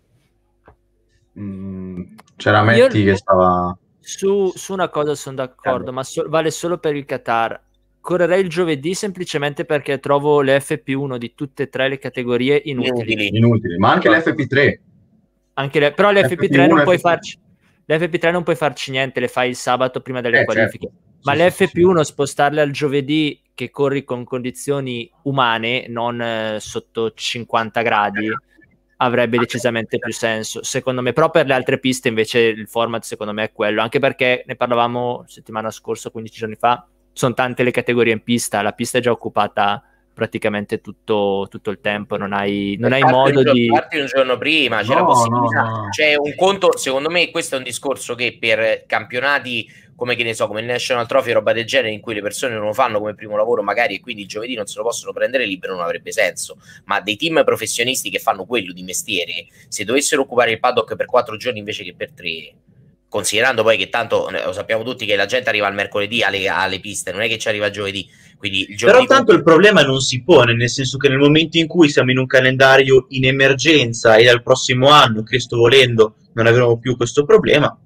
Mm, c'era Metti Io... che stava... Su, su una cosa sono d'accordo, eh. ma so- vale solo per il Qatar. Correrei il giovedì semplicemente perché trovo le F P uno di tutte e tre le categorie inutili. Inutili, inutili. Ma anche le F P tre. Anche le, però le F P tre non puoi farci, le F P tre non puoi farci niente, le fai il sabato prima delle eh, qualifiche. Certo. Ma sì, le sì, F P uno sì. Spostarle al giovedì che corri con condizioni umane, non eh, sotto cinquanta gradi, avrebbe decisamente più senso, secondo me. Però per le altre piste invece il format secondo me è quello, anche perché ne parlavamo settimana scorsa, quindici giorni fa, sono tante le categorie in pista, la pista è già occupata praticamente tutto, tutto il tempo, non hai, non hai modo giorno, di... Parti un giorno prima, c'è no, la possibilità, no, no. C'è un conto, secondo me questo è un discorso che per campionati come che ne so, come il National Trophy, roba del genere, in cui le persone non lo fanno come primo lavoro magari e quindi il giovedì non se lo possono prendere libero, non avrebbe senso. Ma dei team professionisti che fanno quello di mestiere, se dovessero occupare il paddock per quattro giorni invece che per tre, considerando poi che tanto lo sappiamo tutti che la gente arriva al mercoledì alle, alle piste, non è che ci arriva giovedì, quindi il giovedì. Però tanto il problema non si pone, nel senso che nel momento in cui siamo in un calendario in emergenza e al prossimo anno, Cristo volendo, non avremo più questo problema.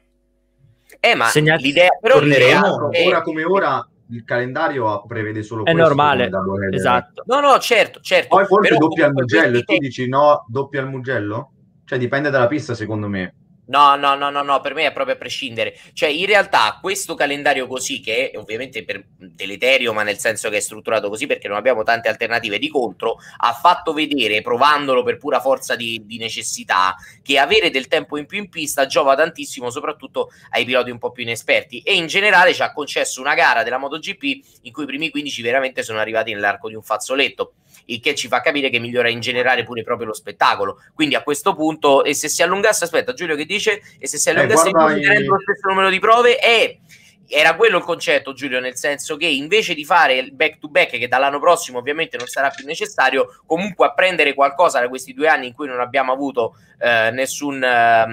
Eh, ma Segnati... l'idea però torneremo l'idea è... ora come ora il calendario prevede solo è questo, normale, esatto. No, no, certo, certo. Poi forse però doppia al Mugello, e tu te... dici no, doppia al Mugello? Cioè dipende dalla pista, secondo me. No, no, no, no, no, per me è proprio a prescindere. Cioè, in realtà, questo calendario così, che è ovviamente per deleterio, ma nel senso che è strutturato così perché non abbiamo tante alternative di contro, ha fatto vedere, provandolo per pura forza di, di necessità, che avere del tempo in più in pista giova tantissimo, soprattutto ai piloti un po' più inesperti. E in generale ci ha concesso una gara della MotoGP in cui i primi quindici veramente sono arrivati nell'arco di un fazzoletto, il che ci fa capire che migliora in generale pure proprio lo spettacolo. Quindi a questo punto, e se si allungasse, aspetta Giulio che dice, e se si allungasse eh, il i... lo stesso numero di prove, e era quello il concetto, Giulio, nel senso che invece di fare il back to back, che dall'anno prossimo ovviamente non sarà più necessario, comunque apprendere qualcosa da questi due anni in cui non abbiamo avuto eh, nessun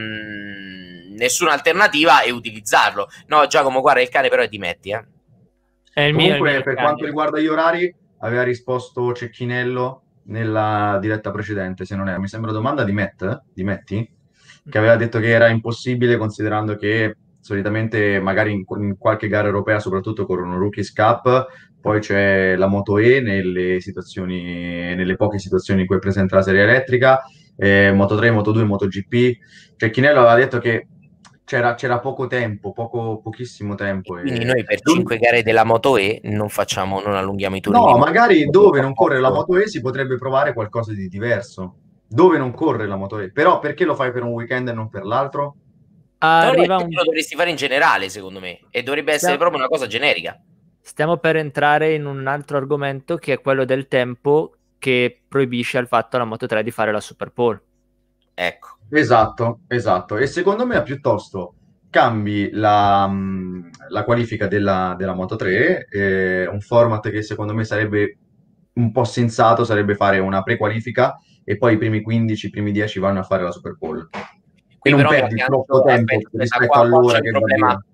um, nessuna alternativa e utilizzarlo. No, Giacomo, guarda, il cane però è di Metti, eh. È il Comunque, mio, il mio per cane. quanto riguarda gli orari, aveva risposto Cecchinello nella diretta precedente, se non è, mi sembra domanda di Matt, di Metti, che aveva detto che era impossibile, considerando che solitamente magari in, in qualche gara europea soprattutto corrono Rookies Cup, poi c'è la Moto E nelle situazioni, nelle poche situazioni in cui è presente la serie elettrica, eh, Moto tre, Moto due, MotoGP. Cecchinello aveva detto che c'era, c'era poco tempo, poco, pochissimo tempo. E quindi e... noi per cinque gare della Moto E non facciamo, non allunghiamo i turni. No, magari dove non corre la Moto E si potrebbe provare qualcosa di diverso. Dove non corre la Moto E, però perché lo fai per un weekend e non per l'altro? Arriva no, no, un... lo dovresti fare in generale, secondo me, e dovrebbe essere Stiamo... proprio una cosa generica. Stiamo per entrare in un altro argomento, che è quello del tempo, che proibisce al fatto alla Moto tre di fare la Super Pole. Ecco. Esatto, esatto. E secondo me piuttosto cambi la, la qualifica della, della Moto tre, eh, un format che secondo me sarebbe un po' sensato, sarebbe fare una pre-qualifica e poi i primi quindici, i primi dieci vanno a fare la Super Pole. E non perdi troppo tempo aspetta, rispetto qua, all'ora qua che problema, va via.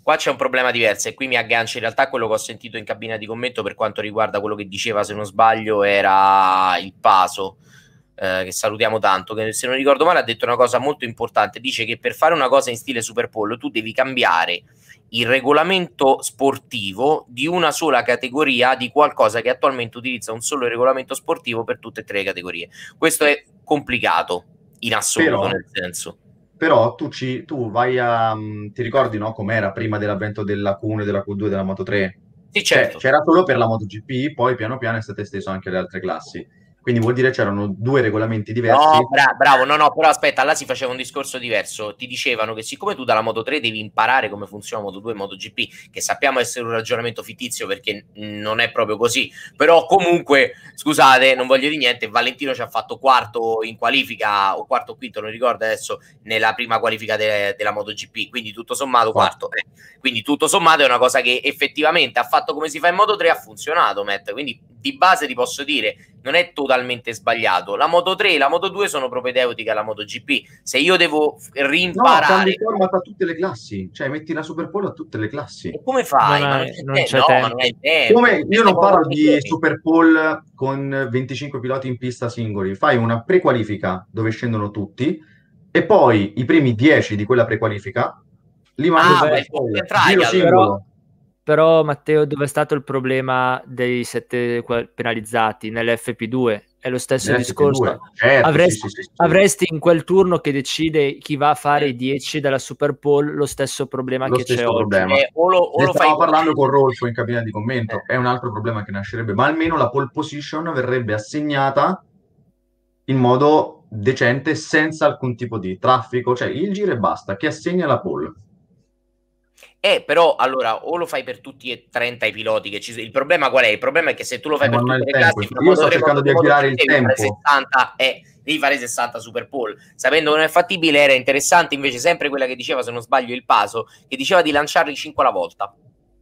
qua c'è un problema diverso e qui mi aggancio in realtà a quello che ho sentito in cabina di commento per quanto riguarda quello che diceva, se non sbaglio, era il Paso, eh, che salutiamo tanto, che se non ricordo male ha detto una cosa molto importante, dice che per fare una cosa in stile Super Bowl tu devi cambiare il regolamento sportivo di una sola categoria di qualcosa che attualmente utilizza un solo regolamento sportivo per tutte e tre le categorie. Questo è complicato in assoluto, però, nel senso. Però tu, ci, tu vai a... ti ricordi, no, com'era prima dell'avvento della Q uno, della Q due, della Moto tre? Sì, certo. Cioè, c'era solo per la MotoGP, poi piano piano è stato esteso anche alle altre classi. Quindi vuol dire c'erano due regolamenti diversi. No, bra- bravo, no, no, però aspetta, là si faceva un discorso diverso. Ti dicevano che siccome tu dalla Moto tre devi imparare come funziona Moto due e MotoGP, che sappiamo essere un ragionamento fittizio perché non è proprio così, però comunque, scusate, non voglio dire niente, Valentino ci ha fatto quarto in qualifica, o quarto o quinto, non ricordo adesso, nella prima qualifica de- della MotoGP, quindi tutto sommato quarto. Eh. Quindi tutto sommato è una cosa che effettivamente ha fatto come si fa in Moto tre, ha funzionato, Matt, quindi di base ti posso dire non è totalmente sbagliato. La Moto tre e la Moto due sono propedeutiche alla MotoGP. Se io devo rimparare, no, cambi format a tutte le classi, cioè metti la Super Bowl a tutte le classi. E come fai? Non ma hai, non c'è, non te- c'è no, tempo. ma non hai tempo. Come, io non parlo di tempo. Super Bowl con venticinque piloti in pista singoli, fai una prequalifica dove scendono tutti e poi i primi dieci di quella prequalifica li mandi Ah, a beh, Super Bowl, il trial, giro singolo. Però, però Matteo, dove è stato il problema dei sette penalizzati nell'F P due? È lo stesso Nell'F P due, discorso. certo, avresti, sì, sì, sì, sì. avresti in quel turno che decide chi va a fare i dieci della Super Bowl lo stesso problema Lo che c'è stesso oggi. problema. Eh, o lo, o Ne lo stavamo fai parlando con Rolfo in cabina di commento, Eh. è un altro problema che nascerebbe, ma almeno la pole position verrebbe assegnata in modo decente senza alcun tipo di traffico, cioè il giro e basta, che assegna la pole. Eh, però allora o lo fai per tutti e trenta i piloti che ci sono. Il problema qual è? Il problema è che se tu lo fai Eh, per non tutte hai le tempo. classi, Io sto cercando di aggirare il devi fare tempo. sessanta, eh, devi fare sessanta Super Bowl. Sapendo che non è fattibile, era interessante invece sempre quella che diceva, se non sbaglio, il Paso, che diceva di lanciarli cinque alla volta.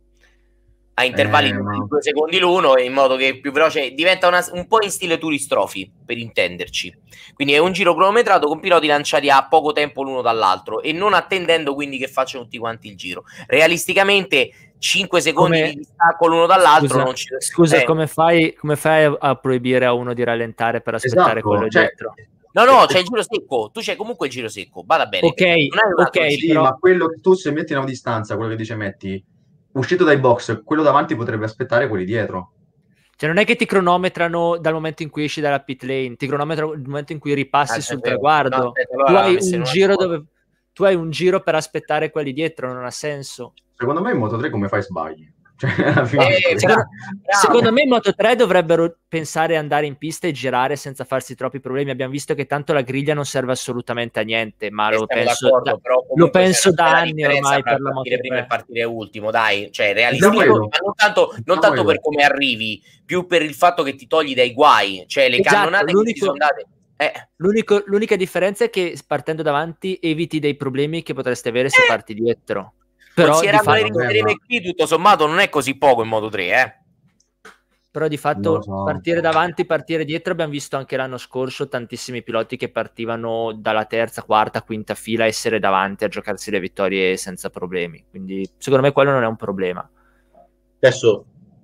A intervalli Eh, di ma- due secondi l'uno, in modo che più veloce diventa una- un po' in stile Tourist Trophy, per intenderci. Quindi è un giro cronometrato con piloti lanciati a poco tempo l'uno dall'altro e non attendendo quindi che facciano tutti quanti il giro. Realisticamente cinque secondi Come- di distacco l'uno dall'altro Scusa, non ci scusa eh. come, fai, come fai a- a proibire a uno di rallentare per aspettare Esatto, quello cioè- dietro? No, no, c'è il giro secco, tu c'hai comunque il giro secco, vada bene. Ok, Non hai un altro ok, giro. Sì, però- ma quello che tu se metti una distanza, quello che dice Metti, uscito dai box, quello davanti potrebbe aspettare quelli dietro. Cioè non è che ti cronometrano dal momento in cui esci dalla pit lane, ti cronometrano dal momento in cui ripassi Ah, sul è vero. traguardo. No, aspetta, tu allora hai l'ho messo in un un giro altro dove tu hai un giro per aspettare quelli dietro, non ha senso. Secondo me in Moto tre come fai sbagli? Cioè, alla fine Eh, è secondo- così. Bravo. Secondo me in Moto tre dovrebbero pensare ad andare in pista e girare senza farsi troppi problemi. Abbiamo visto che tanto la griglia non serve assolutamente a niente, ma Eh, lo siamo penso, d'accordo, da, però lo comunque penso c'è una da bella anni differenza ormai fra per la partire Moto prima e tre. partire ultimo, dai, cioè Diciamo realisticamente, io. ma non tanto, non Diciamo tanto io. per come arrivi, più per il fatto che ti togli dai guai, cioè le Esatto, cannonate che ti l'unico- sono date. Eh, L'unico- l'unica differenza è che partendo davanti eviti dei problemi che potresti avere se Eh. parti dietro. Però di, considerando le fatto, vabbè, rinserime ma- qui, tutto sommato non è così poco in Moto tre, eh. però di Non fatto lo so. partire davanti, partire dietro, abbiamo visto anche l'anno scorso tantissimi piloti che partivano dalla terza, quarta, quinta fila a essere davanti a giocarsi le vittorie senza problemi. Quindi secondo me quello non è un problema. Adesso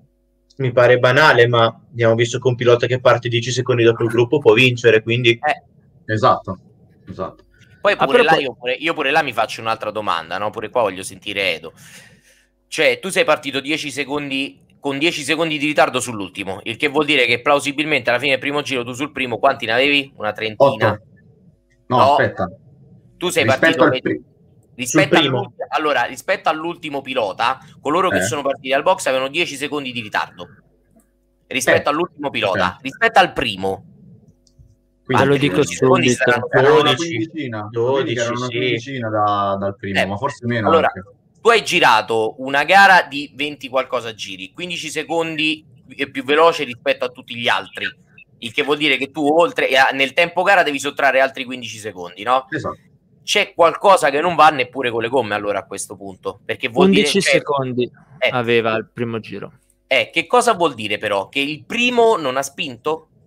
mi pare banale, ma abbiamo visto che un pilota che parte dieci secondi dopo il gruppo può vincere, quindi Eh. Esatto, esatto. Poi Ah, pure però là, poi- io, pure, io pure là mi faccio un'altra domanda, no? Pure qua voglio sentire Edo. Cioè, tu sei partito dieci secondi con dieci secondi di ritardo sull'ultimo, il che vuol dire che plausibilmente alla fine del primo giro tu sul primo quanti ne avevi? Una trentina. Otto. No, No. aspetta. Tu sei Rispetto partito al per- pri- rispetto, sul primo. all'ultimo, allora, rispetto all'ultimo pilota, coloro che Eh. sono partiti dal box avevano dieci secondi di ritardo rispetto Eh. all'ultimo pilota, Ok. rispetto al primo. Te lo Quanti dico dieci secondi subito. saranno Erano una dodici. quindicina. dodici, Vedi che erano una sì. quindicina da- dal primo, Eh, ma forse meno allora, anche. tu hai girato una gara di venti qualcosa giri, quindici secondi più veloce rispetto a tutti gli altri, il che vuol dire che tu oltre nel tempo gara devi sottrarre altri quindici secondi, no? Esatto. C'è qualcosa che non va neppure con le gomme allora a questo punto, perché vuol undici dire, cioè, secondi eh, aveva il primo giro. eh, che cosa vuol dire però? Che il primo non ha spinto?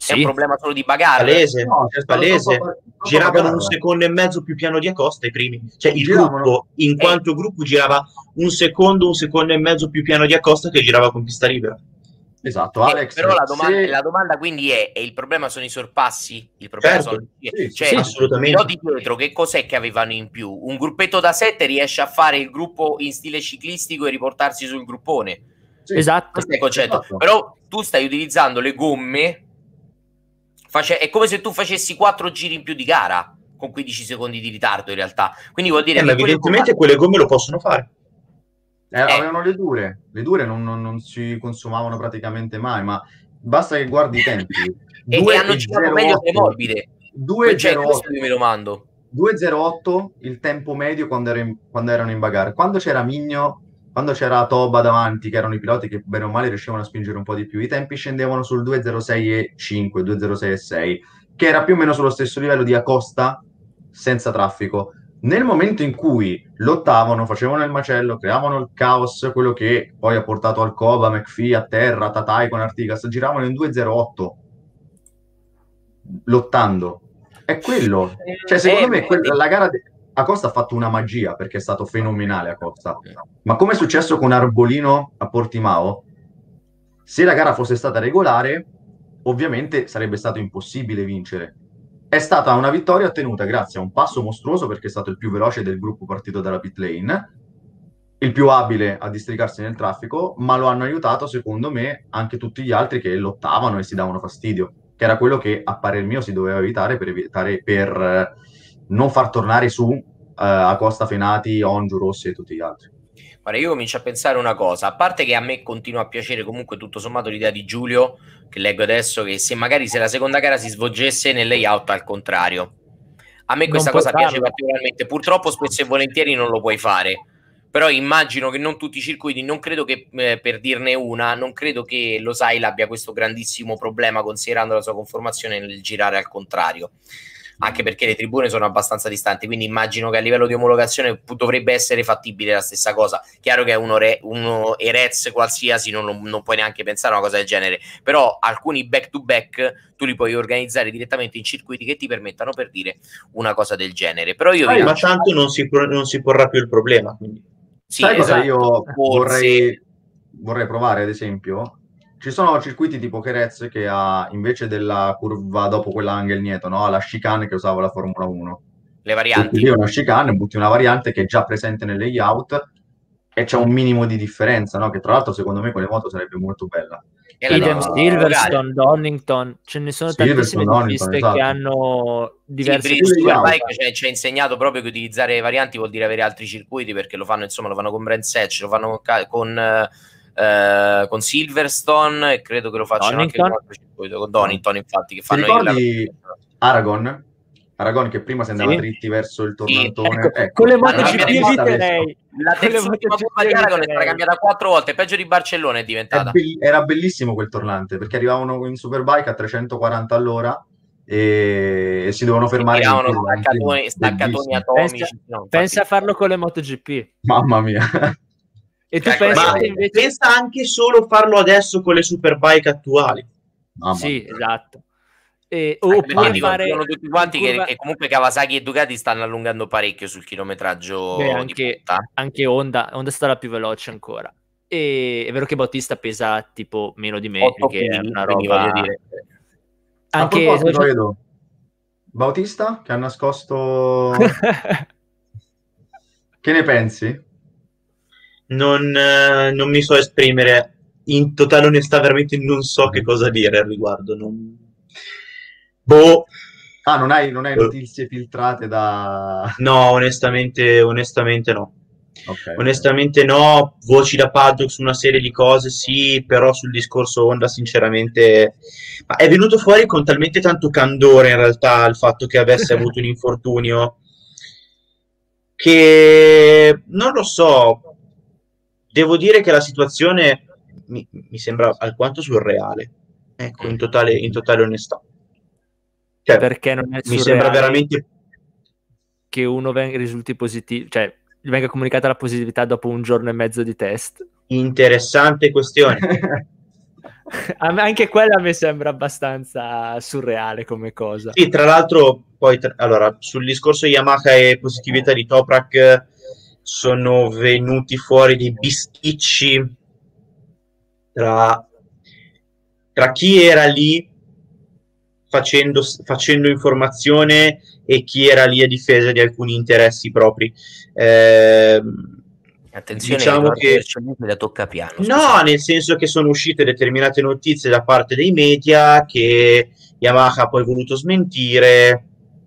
È un problema solo di bagarre. Palese, No, c'è stato palese. troppo- troppo Giravano bagarre. un secondo e mezzo più piano di Acosta i primi. Cioè il Giravano- gruppo, in quanto gruppo, girava un secondo, un secondo e mezzo più piano di Acosta che girava con pista libera. Esatto, Eh, Alex. però la domanda, se- la domanda quindi è, e il problema sono i sorpassi? Il problema Certo, sono sì, cioè, sì, assolutamente. però di dietro che cos'è che avevano in più? Un gruppetto da sette riesce a fare il gruppo in stile ciclistico e riportarsi sul gruppone. sì, Esatto. Questo è il concetto. esatto. Però tu stai utilizzando le gomme, face- è come se tu facessi quattro giri in più di gara con quindici secondi di ritardo in realtà. Quindi vuol dire Eh, ma che quelle evidentemente quelle gomme lo possono fare. Eh, Eh. avevano le dure, le dure non, non- non si consumavano praticamente mai, ma basta che guardi i tempi. e, e hanno girato meglio le morbide. Cioè, questo io me lo mando. due zero otto il tempo medio quando, ero in- quando erano in bagarre. Quando c'era Migno, quando c'era Toba davanti, che erano i piloti che bene o male riuscivano a spingere un po' di più, i tempi scendevano sul due zero sei e cinque, due zero sei e sei, che era più o meno sullo stesso livello di Acosta senza traffico. Nel momento in cui lottavano, facevano il macello, creavano il caos, quello che poi ha portato Alcoba, McPhee a terra, Tatai con Artigas, giravano in due zero otto lottando. È quello. Cioè, secondo Eh, me, eh, quella- la gara de- Acosta ha fatto una magia perché è stato fenomenale Acosta. Ma come è successo con Arbolino a Portimao, se la gara fosse stata regolare, ovviamente sarebbe stato impossibile vincere. È stata una vittoria ottenuta grazie a un passo mostruoso perché è stato il più veloce del gruppo partito dalla pit lane, il più abile a districarsi nel traffico, ma lo hanno aiutato, secondo me, anche tutti gli altri che lottavano e si davano fastidio, che era quello che, a parer mio, si doveva evitare per, evitare, per eh, non far tornare su eh, Acosta, Fenati, Ongiu, Rossi e tutti gli altri. Guarda, io comincio a pensare una cosa, a parte che a me continua a piacere comunque tutto sommato l'idea di Giulio, che leggo adesso, che se magari se la seconda gara si svolgesse nel layout al contrario. A me questa Non cosa puoi piace farlo. particolarmente, purtroppo spesso e volentieri non lo puoi fare, però immagino che non tutti i circuiti, non credo che, eh, per dirne una, non credo che lo Losail abbia questo grandissimo problema considerando la sua conformazione nel girare al contrario. Anche perché le tribune sono abbastanza distanti, quindi immagino che a livello di omologazione pu- dovrebbe essere fattibile la stessa cosa. Chiaro che uno, re- uno Erez qualsiasi non, lo- non puoi neanche pensare a una cosa del genere, però alcuni back to back tu li puoi organizzare direttamente in circuiti che ti permettano, per dire, una cosa del genere. Però io vi Ma lancio- tanto non si, pro- non si porrà più il problema. Quindi. sì, Sai cosa esatto, io forse- vorrei, vorrei provare, ad esempio? Ci sono circuiti tipo Jerez che ha, invece della curva dopo quella Angel Nieto, no? La chicane che usava la Formula uno. le varianti. Butti una chicane, butti una variante che è già presente nel layout e c'è un minimo di differenza, no? Che tra l'altro secondo me con le moto sarebbe molto bella. E la Idem devono Silverstone, Donington, ce ne sono Silverstone, tantissime di Donington, piste esatto. che hanno Sì, diverse British Sì, Superbike cioè, ci ha insegnato proprio che utilizzare le varianti vuol dire avere altri circuiti, perché lo fanno, insomma, lo fanno con Brands Hatch, lo fanno con, ca- con, eh, con Silverstone e credo che lo facciano anche con un altro circuito, con Donington, infatti, che Ti fanno ricordi il... Aragon? Aragon che prima si andava Sì. dritti verso il tornantone. Ecco, Ecco, con le Ma non MotoGP abbiamo visto eviterei. La Con le terz'ultima MotoGP curva di Aragon è stata eviterei. cambiata quattro volte, peggio di Barcellona è È diventata. be- era bellissimo quel tornante perché arrivavano in Superbike a trecentoquaranta all'ora e, e si dovevano fermare in Tiravano curva, in staccatoni, prima. staccatoni Bellissimo. atomici. Pensa, no, infatti- pensa a farlo con le MotoGP. Mamma mia. E tu Ecco, pensi ma che invece... Pensa anche solo farlo adesso con le superbike attuali. Mamma Sì, mia. esatto. E, Anche oppure perché fare... dicono tutti quanti che, curva- che comunque Kawasaki e Ducati stanno allungando parecchio sul chilometraggio Beh, di anche, punta. anche Honda, Honda è stata la più veloce ancora. E è vero che Bautista pesa tipo meno di me, otto che è chili, una quindi roba... voglio dire. A Anche proposito, Edo, Bautista che ha nascosto... Che ne pensi? Non, eh, non mi so esprimere. In totale onestà, veramente non so che cosa dire al riguardo. Non... Boh. Ah, non hai, non hai notizie filtrate da... No, onestamente, onestamente no. Ok. Onestamente no, voci da paddock su una serie di cose sì, però sul discorso Honda sinceramente ma è venuto fuori con talmente tanto candore in realtà il fatto che avesse avuto un infortunio che non lo so, devo dire che la situazione mi, mi sembra alquanto surreale, ecco, in totale, in totale onestà. Cioè, Perché non è mi sembra surreale veramente che uno venga, risulti positivo, cioè gli venga comunicata la positività dopo un giorno e mezzo di test. interessante questione. A me, anche quella mi sembra abbastanza surreale come cosa. Sì, tra l'altro, poi tra- allora, sul discorso Yamaha e positività di Toprak sono venuti fuori dei bisticci tra, tra chi era lì facendo, facendo informazione e chi era lì a difesa di alcuni interessi propri. Eh, Attenzione, diciamo che la tocca piano. no, scusate. nel senso che sono uscite determinate notizie da parte dei media che Yamaha ha poi voluto smentire.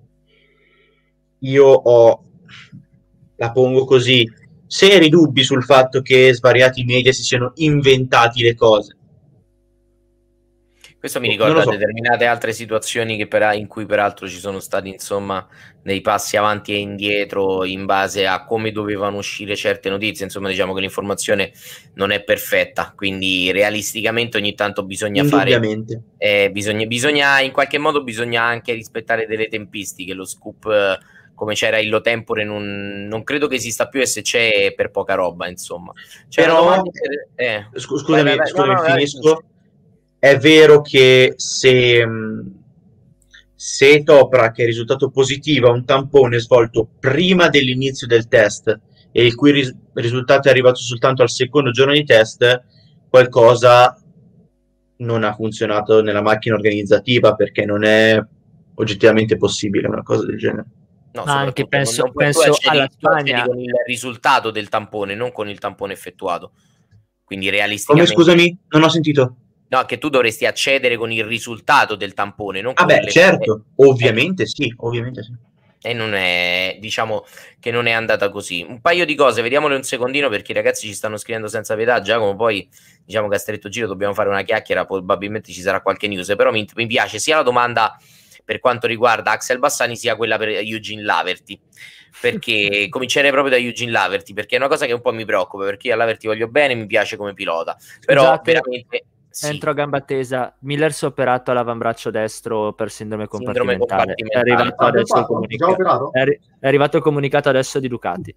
Io ho, la pongo così, seri dubbi sul fatto che svariati media si siano inventati le cose. Questo mi Non ricorda lo so. determinate altre situazioni che per, in cui peraltro ci sono stati insomma dei passi avanti e indietro in base a come dovevano uscire certe notizie. Insomma, diciamo che l'informazione non è perfetta, quindi realisticamente ogni tanto bisogna fare Indubbiamente. eh, bisogna, bisogna in qualche modo bisogna anche rispettare delle tempistiche. Lo scoop eh, come c'era illo tempore non, non credo che esista più, e se c'è è per poca roba, insomma. C'è una Però, domanda inter- eh. scu- scusami, Vai, vai, vai. scusami, No, no, vai, finisco. È vero che se, mh, se Toprak è risultato positivo a un tampone svolto prima dell'inizio del test e il cui ris- risultato è arrivato soltanto al secondo giorno di test, qualcosa non ha funzionato nella macchina organizzativa, perché non è oggettivamente possibile una cosa del genere. No, Ma anche soprattutto penso, non, non puoi, tu penso accedi, alla tu accedi Spagna. con il risultato del tampone, non con il tampone effettuato. Quindi Come, realisticamente scusami? Non ho sentito. no, che tu dovresti accedere con il risultato del tampone, non Ah con beh, le certo, eh, ovviamente sì, ovviamente sì. e non è, diciamo che non è andata così. Un paio di cose, vediamole un secondino, perché i ragazzi ci stanno scrivendo senza pietà. Giacomo, poi diciamo che a stretto giro dobbiamo fare una chiacchiera, probabilmente ci sarà qualche news, però mi, mi piace sia la domanda per quanto riguarda Axel Bassani sia quella per Eugene Laverty, perché comincerei proprio da Eugene Laverty, perché è una cosa che un po' mi preoccupa, perché io a Laverty voglio bene, mi piace come pilota, però Scusate, veramente sì. Entro a gamba tesa. Miller si è operato all'avambraccio destro per sindrome Sindrome compartimentale. È compartimentale. arrivato, Ah, adesso il già comunica- operato? è arri- è arrivato il comunicato adesso di Ducati.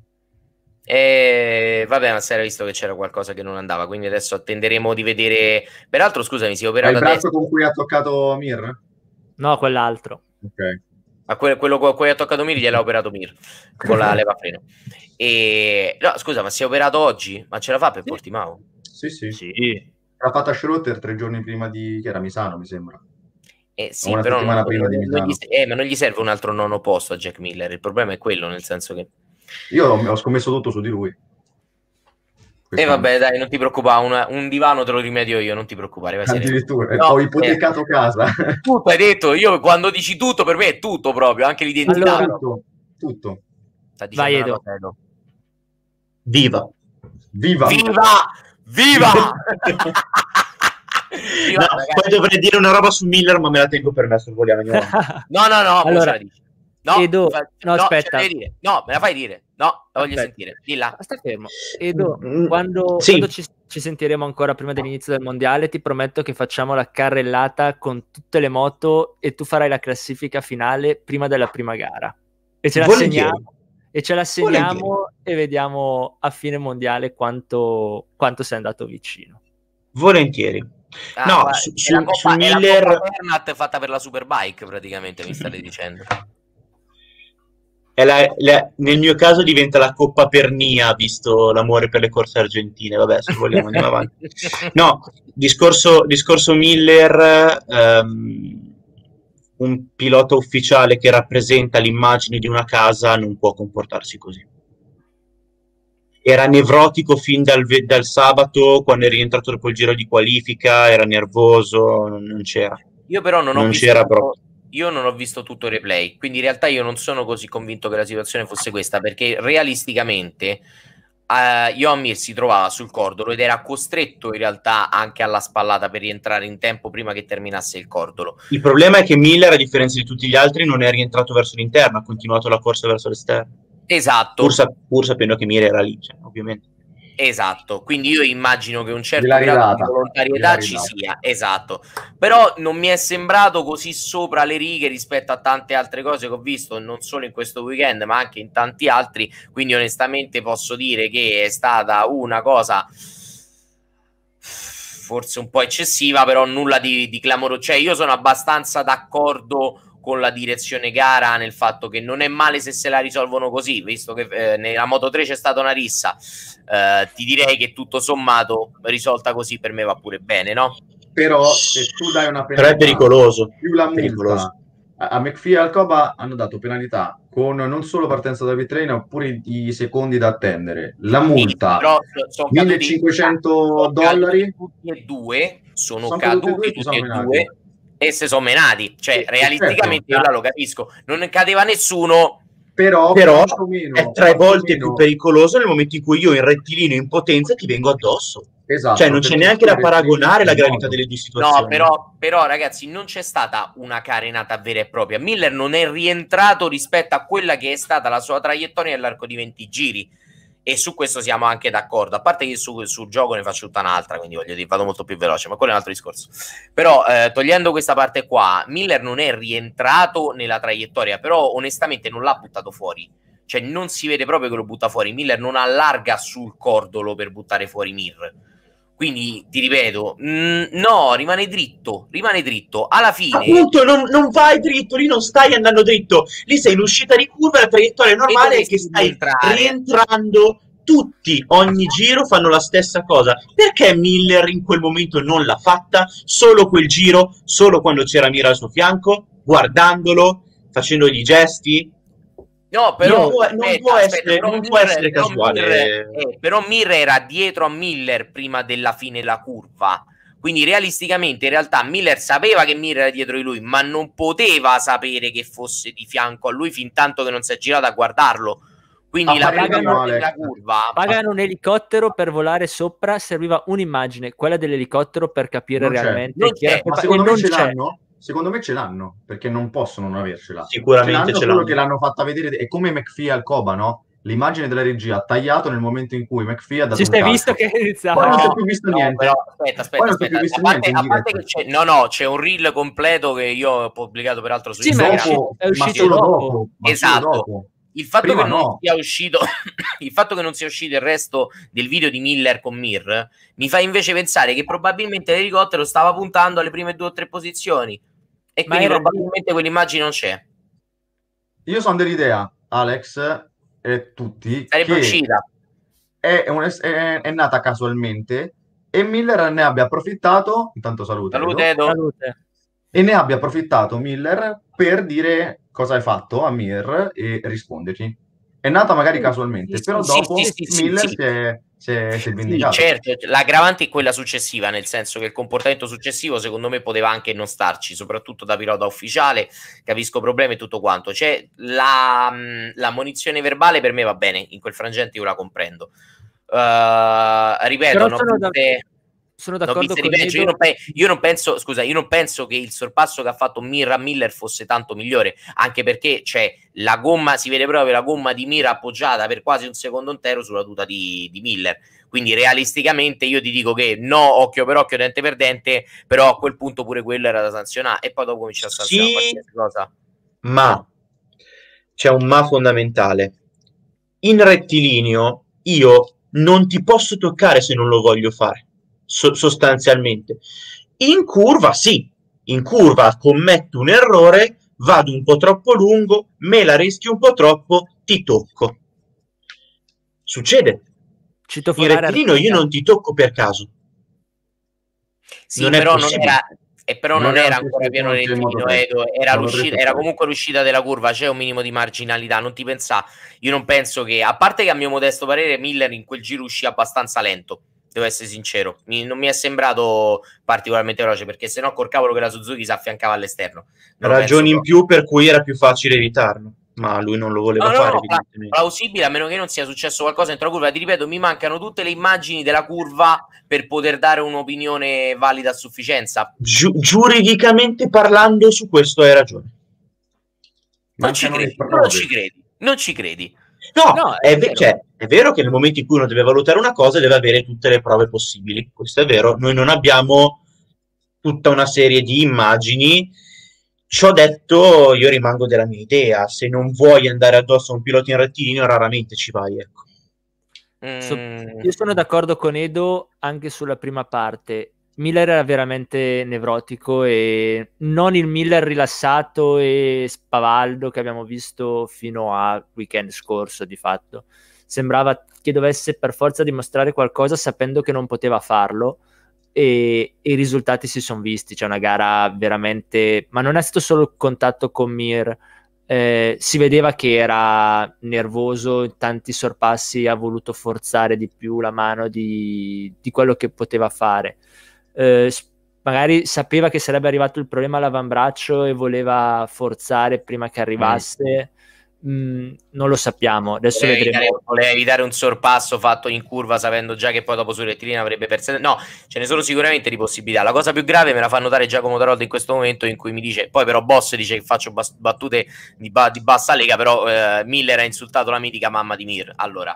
E vabbè, ma si era visto che c'era qualcosa che non andava, quindi adesso attenderemo di vedere. Peraltro, scusami, si è È operato il a braccio destra. con cui ha toccato Mir? No, quell'altro. Ok. Ma que- quello con cui ha toccato Mir gliel'ha operato Mir con la leva freno. E no, scusa, ma si è operato oggi? Ma ce la fa per Portimao? Sì, sì. Sì. L'ha fatta Schroeter tre giorni prima di... che era Misano, mi sembra. Eh, sì, Una però non, settimana prima di non Misano. gli, eh, ma non gli serve un altro nono posto a Jack Miller. Il problema è quello, nel senso che Io ho, ho scommesso tutto su di lui. e eh, vabbè, dai, non ti preoccupare, una, un divano te lo rimedio io, non ti preoccupare. Vai addirittura, no, ho ipotecato eh, casa. Tutto hai detto, io quando dici tutto per me è tutto proprio, anche l'identità. Allora, tutto, tutto. Sta dicendo vai una Edo. cosa, Edo. Viva! Viva! Viva! Viva! Viva, No, ragazzi. poi dovrei dire una roba su Miller, ma me la tengo per me se vogliamo. andiamo avanti. No, no, no, Allora, ce la dici. No, Edo, fa- no, no, aspetta. ce la devi dire. No, me la fai dire. No, la voglio Aspetta. sentire. Dilla. Sta fermo. Edo, Mm, quando, sì. quando ci, ci sentiremo ancora prima dell'inizio del mondiale, ti prometto che facciamo la carrellata con tutte le moto e tu farai la classifica finale prima della prima gara. E ce la Volentieri. segniamo, e ce la segniamo e vediamo a fine mondiale quanto, quanto sei andato vicino. Volentieri. Ah, No, guarda, su- è su- la Coppa, su è la Miller- Coppa Bernat fatta per la Superbike, praticamente, mi state dicendo. È la- la- nel mio caso diventa la Coppa Pernia, visto l'amore per le corse argentine. Vabbè, se vogliamo andiamo avanti. No, discorso, discorso Miller, ehm, un pilota ufficiale che rappresenta l'immagine di una casa non può comportarsi così. Era nevrotico fin dal, ve- dal sabato, quando è rientrato dopo il giro di qualifica, era nervoso, non, non c'era. Io però non ho Non visto c'era tutto, proprio. io non ho visto tutto il replay, quindi in realtà io non sono così convinto che la situazione fosse questa, perché realisticamente eh, Johan Mir si trovava sul cordolo ed era costretto in realtà anche alla spallata per rientrare in tempo prima che terminasse il cordolo. Il problema è che Miller, a differenza di tutti gli altri, non è rientrato verso l'interno, ha continuato la corsa verso l'esterno. Esatto, Pur, sa- pur sapendo che Miller era lì, cioè, ovviamente. esatto, quindi io immagino che un certo Gliel'ha grado di ridata, volontarietà gliel'ha ci ridata. sia, esatto, però non mi è sembrato così sopra le righe rispetto a tante altre cose che ho visto, non solo in questo weekend ma anche in tanti altri, quindi onestamente posso dire che è stata una cosa forse un po' eccessiva, però nulla di, di clamoroso. Cioè io sono abbastanza d'accordo con la direzione gara nel fatto che non è male se se la risolvono così, visto che eh, nella Moto tre c'è stata una rissa, eh, ti direi che tutto sommato risolta così per me va pure bene, no? Però se tu dai una Però è penalità pericoloso. più la multa, Pericoloso. a a McPhee e al Coba hanno dato penalità con non solo partenza da pit lane, oppure i, i secondi da attendere. La multa Però so- sono caduti- millecinquecento sono dollari. caduti tutti e due, sono, Sono caduti, caduti e due, si tutti sono e menati. due e si sono menati. Cioè, Sì, realisticamente certo. io là lo capisco. Non cadeva nessuno. Però, Però quantomeno- è tre volte quantomeno- più pericoloso nel momento in cui io in rettilineo in potenza ti vengo addosso. Esatto, Cioè non c'è perché neanche tu da paragonare la gravità modo. delle due situazioni. No, però, però ragazzi, non c'è stata una carenata vera e propria. Miller non è rientrato rispetto a quella che è stata la sua traiettoria nell'arco di venti giri. E su questo siamo anche d'accordo. A parte che su, sul gioco ne faccio tutta un'altra, quindi voglio dire, vado molto più veloce, ma quello è un altro discorso. Però, eh, togliendo questa parte qua, Miller non è rientrato nella traiettoria, però onestamente non l'ha buttato fuori. Cioè, non si vede proprio che lo butta fuori. Miller non allarga sul cordolo per buttare fuori Mir. Quindi, ti ripeto, mh, no, rimane dritto, rimane dritto. Alla fine... Appunto, non, non vai dritto, lì non stai andando dritto, lì sei in uscita di curva, la traiettoria normale è che stai rientrare. rientrando. Tutti, ogni giro fanno la stessa cosa. Perché Miller in quel momento non l'ha fatta? Solo quel giro, solo quando c'era Mir al suo fianco, guardandolo, facendogli i gesti. No, però non può, non aspetta, può aspetta, essere, però non Mir- può essere però casuale. Mir- eh, però Mir era dietro a Miller prima della fine della curva. Quindi realisticamente in realtà Miller sapeva che Mir era dietro di lui, ma non poteva sapere che fosse di fianco a lui fin tanto che non si è girato a guardarlo. Quindi Ah, la pagano- prima parte Alex. della curva Pagano un elicottero per volare sopra, serviva un'immagine, quella dell'elicottero per capire Non c'è. realmente Non chi era c'è, che Ma fa- secondo e me non ce c'è. l'hanno? Secondo me ce l'hanno, perché non possono non avercela. Sicuramente ce l'hanno, ce solo l'hanno. che l'hanno fatta vedere. È come McPhee al Coba, no? L'immagine della regia ha tagliato nel momento in cui McPhee ha dato Ci un stai calcio. visto che è iniziato? Poi non si è No, più visto no, niente. però aspetta, aspetta, Poi non si è aspetta. più visto A parte, niente in a parte diretta. che c'è, no, no, c'è un reel completo che io ho pubblicato peraltro su Sì, ma è Instagram. uscito- è ma uscito solo dopo. dopo. Ma solo Esatto. dopo. Il fatto Prima che non no. sia uscito il fatto che non sia uscito il resto del video di Miller con Mir mi fa invece pensare che probabilmente l'elicottero stava puntando alle prime due o tre posizioni e Ma quindi era probabilmente quell'immagine non c'è. Io sono dell'idea, Alex e tutti, Sarebbe che uscita. è, un- è- è nata casualmente e Miller ne abbia approfittato. Intanto salute. Salute Edo. Edo. Salute. E ne abbia approfittato Miller per dire cosa hai fatto a Mir e risponderci. È nata magari Sì, casualmente, sì, però sì, dopo sì, sì, sì, Miller sì. si è, si è, si è Sì, vendicato. certo, l'aggravante è quella successiva, nel senso che il comportamento successivo secondo me poteva anche non starci, soprattutto da pilota ufficiale, capisco problemi e tutto quanto. Cioè, la, mh, la munizione verbale per me va bene, in quel frangente io la comprendo. Uh, ripeto, Però no, sono da- viste- Sono no, d'accordo viste con di peggio. Io Edo. non, pe- io non penso, scusa, io non penso che il sorpasso che ha fatto Mir a Miller fosse tanto migliore, anche perché c'è la gomma, si vede proprio la gomma di Mir appoggiata per quasi un secondo intero sulla tuta di, di Miller. Quindi realisticamente io ti dico che no, occhio per occhio, dente per dente, però a quel punto pure quello era da sanzionare e poi dopo comincia a sanzionare Sì. qualsiasi cosa. Ma c'è un ma fondamentale. In rettilineo io non ti posso toccare se non lo voglio fare, so- sostanzialmente. In curva sì, in curva commetto un errore, vado un po' troppo lungo, me la rischi un po' troppo, ti tocco. Succede. In Citofonare rettilineo io non ti tocco per caso. Sì, Non è però non possibile. era, e però non, Non era era ancora stesso pieno ponte in rettilineo, Moto tre. Edo, era, Moto tre l'uscita, c'è era stato. comunque l'uscita della curva, c'è un minimo di marginalità, non ti pensa, io non penso che, a parte che a mio modesto parere Miller in quel giro uscì abbastanza lento, devo essere sincero, mi- non mi è sembrato particolarmente veloce, perché sennò col cavolo che la Suzuki si affiancava all'esterno. Non lo Ragioni penso in più per cui era più facile evitarlo, ma lui non lo voleva No, no, fare, no, pla- evidentemente. plausibile, a meno che non sia successo qualcosa dentro la curva. Ti ripeto, mi mancano tutte le immagini della curva per poter dare un'opinione valida a sufficienza. Giu- giuridicamente parlando, su questo hai ragione. Non ci Mancano le credi, non prove. ci credi, non ci credi. No, No, è, è ve- vero. cioè, è vero che nel momento in cui uno deve valutare una cosa deve avere tutte le prove possibili, questo è vero, noi non abbiamo tutta una serie di immagini. Ciò detto, io rimango della mia idea, se non vuoi andare addosso a un pilota in rettilineo raramente ci vai, ecco. So- Mm, io sono d'accordo con Edo anche sulla prima parte. Miller era veramente nevrotico e non il Miller rilassato e spavaldo che abbiamo visto fino a weekend scorso di fatto. Sembrava che dovesse per forza dimostrare qualcosa sapendo che non poteva farlo e, e i risultati si sono visti. C'è una gara veramente... ma non è stato solo il contatto con Mir, eh, si vedeva che era nervoso, in tanti sorpassi ha voluto forzare di più la mano di, di quello che poteva fare. Eh, magari sapeva che sarebbe arrivato il problema all'avambraccio e voleva forzare prima che arrivasse. Mm, non lo sappiamo, adesso voleva vedremo. Evitare, voleva evitare un sorpasso fatto in curva sapendo già che poi dopo su rettilinea avrebbe perso. No, ce ne sono sicuramente di possibilità. La cosa più grave me la fa notare Giacomo Taroldo in questo momento, in cui mi dice, poi però Boss dice che faccio bas- battute di, ba- di bassa lega, però eh, Miller ha insultato la mitica mamma di Mir. Allora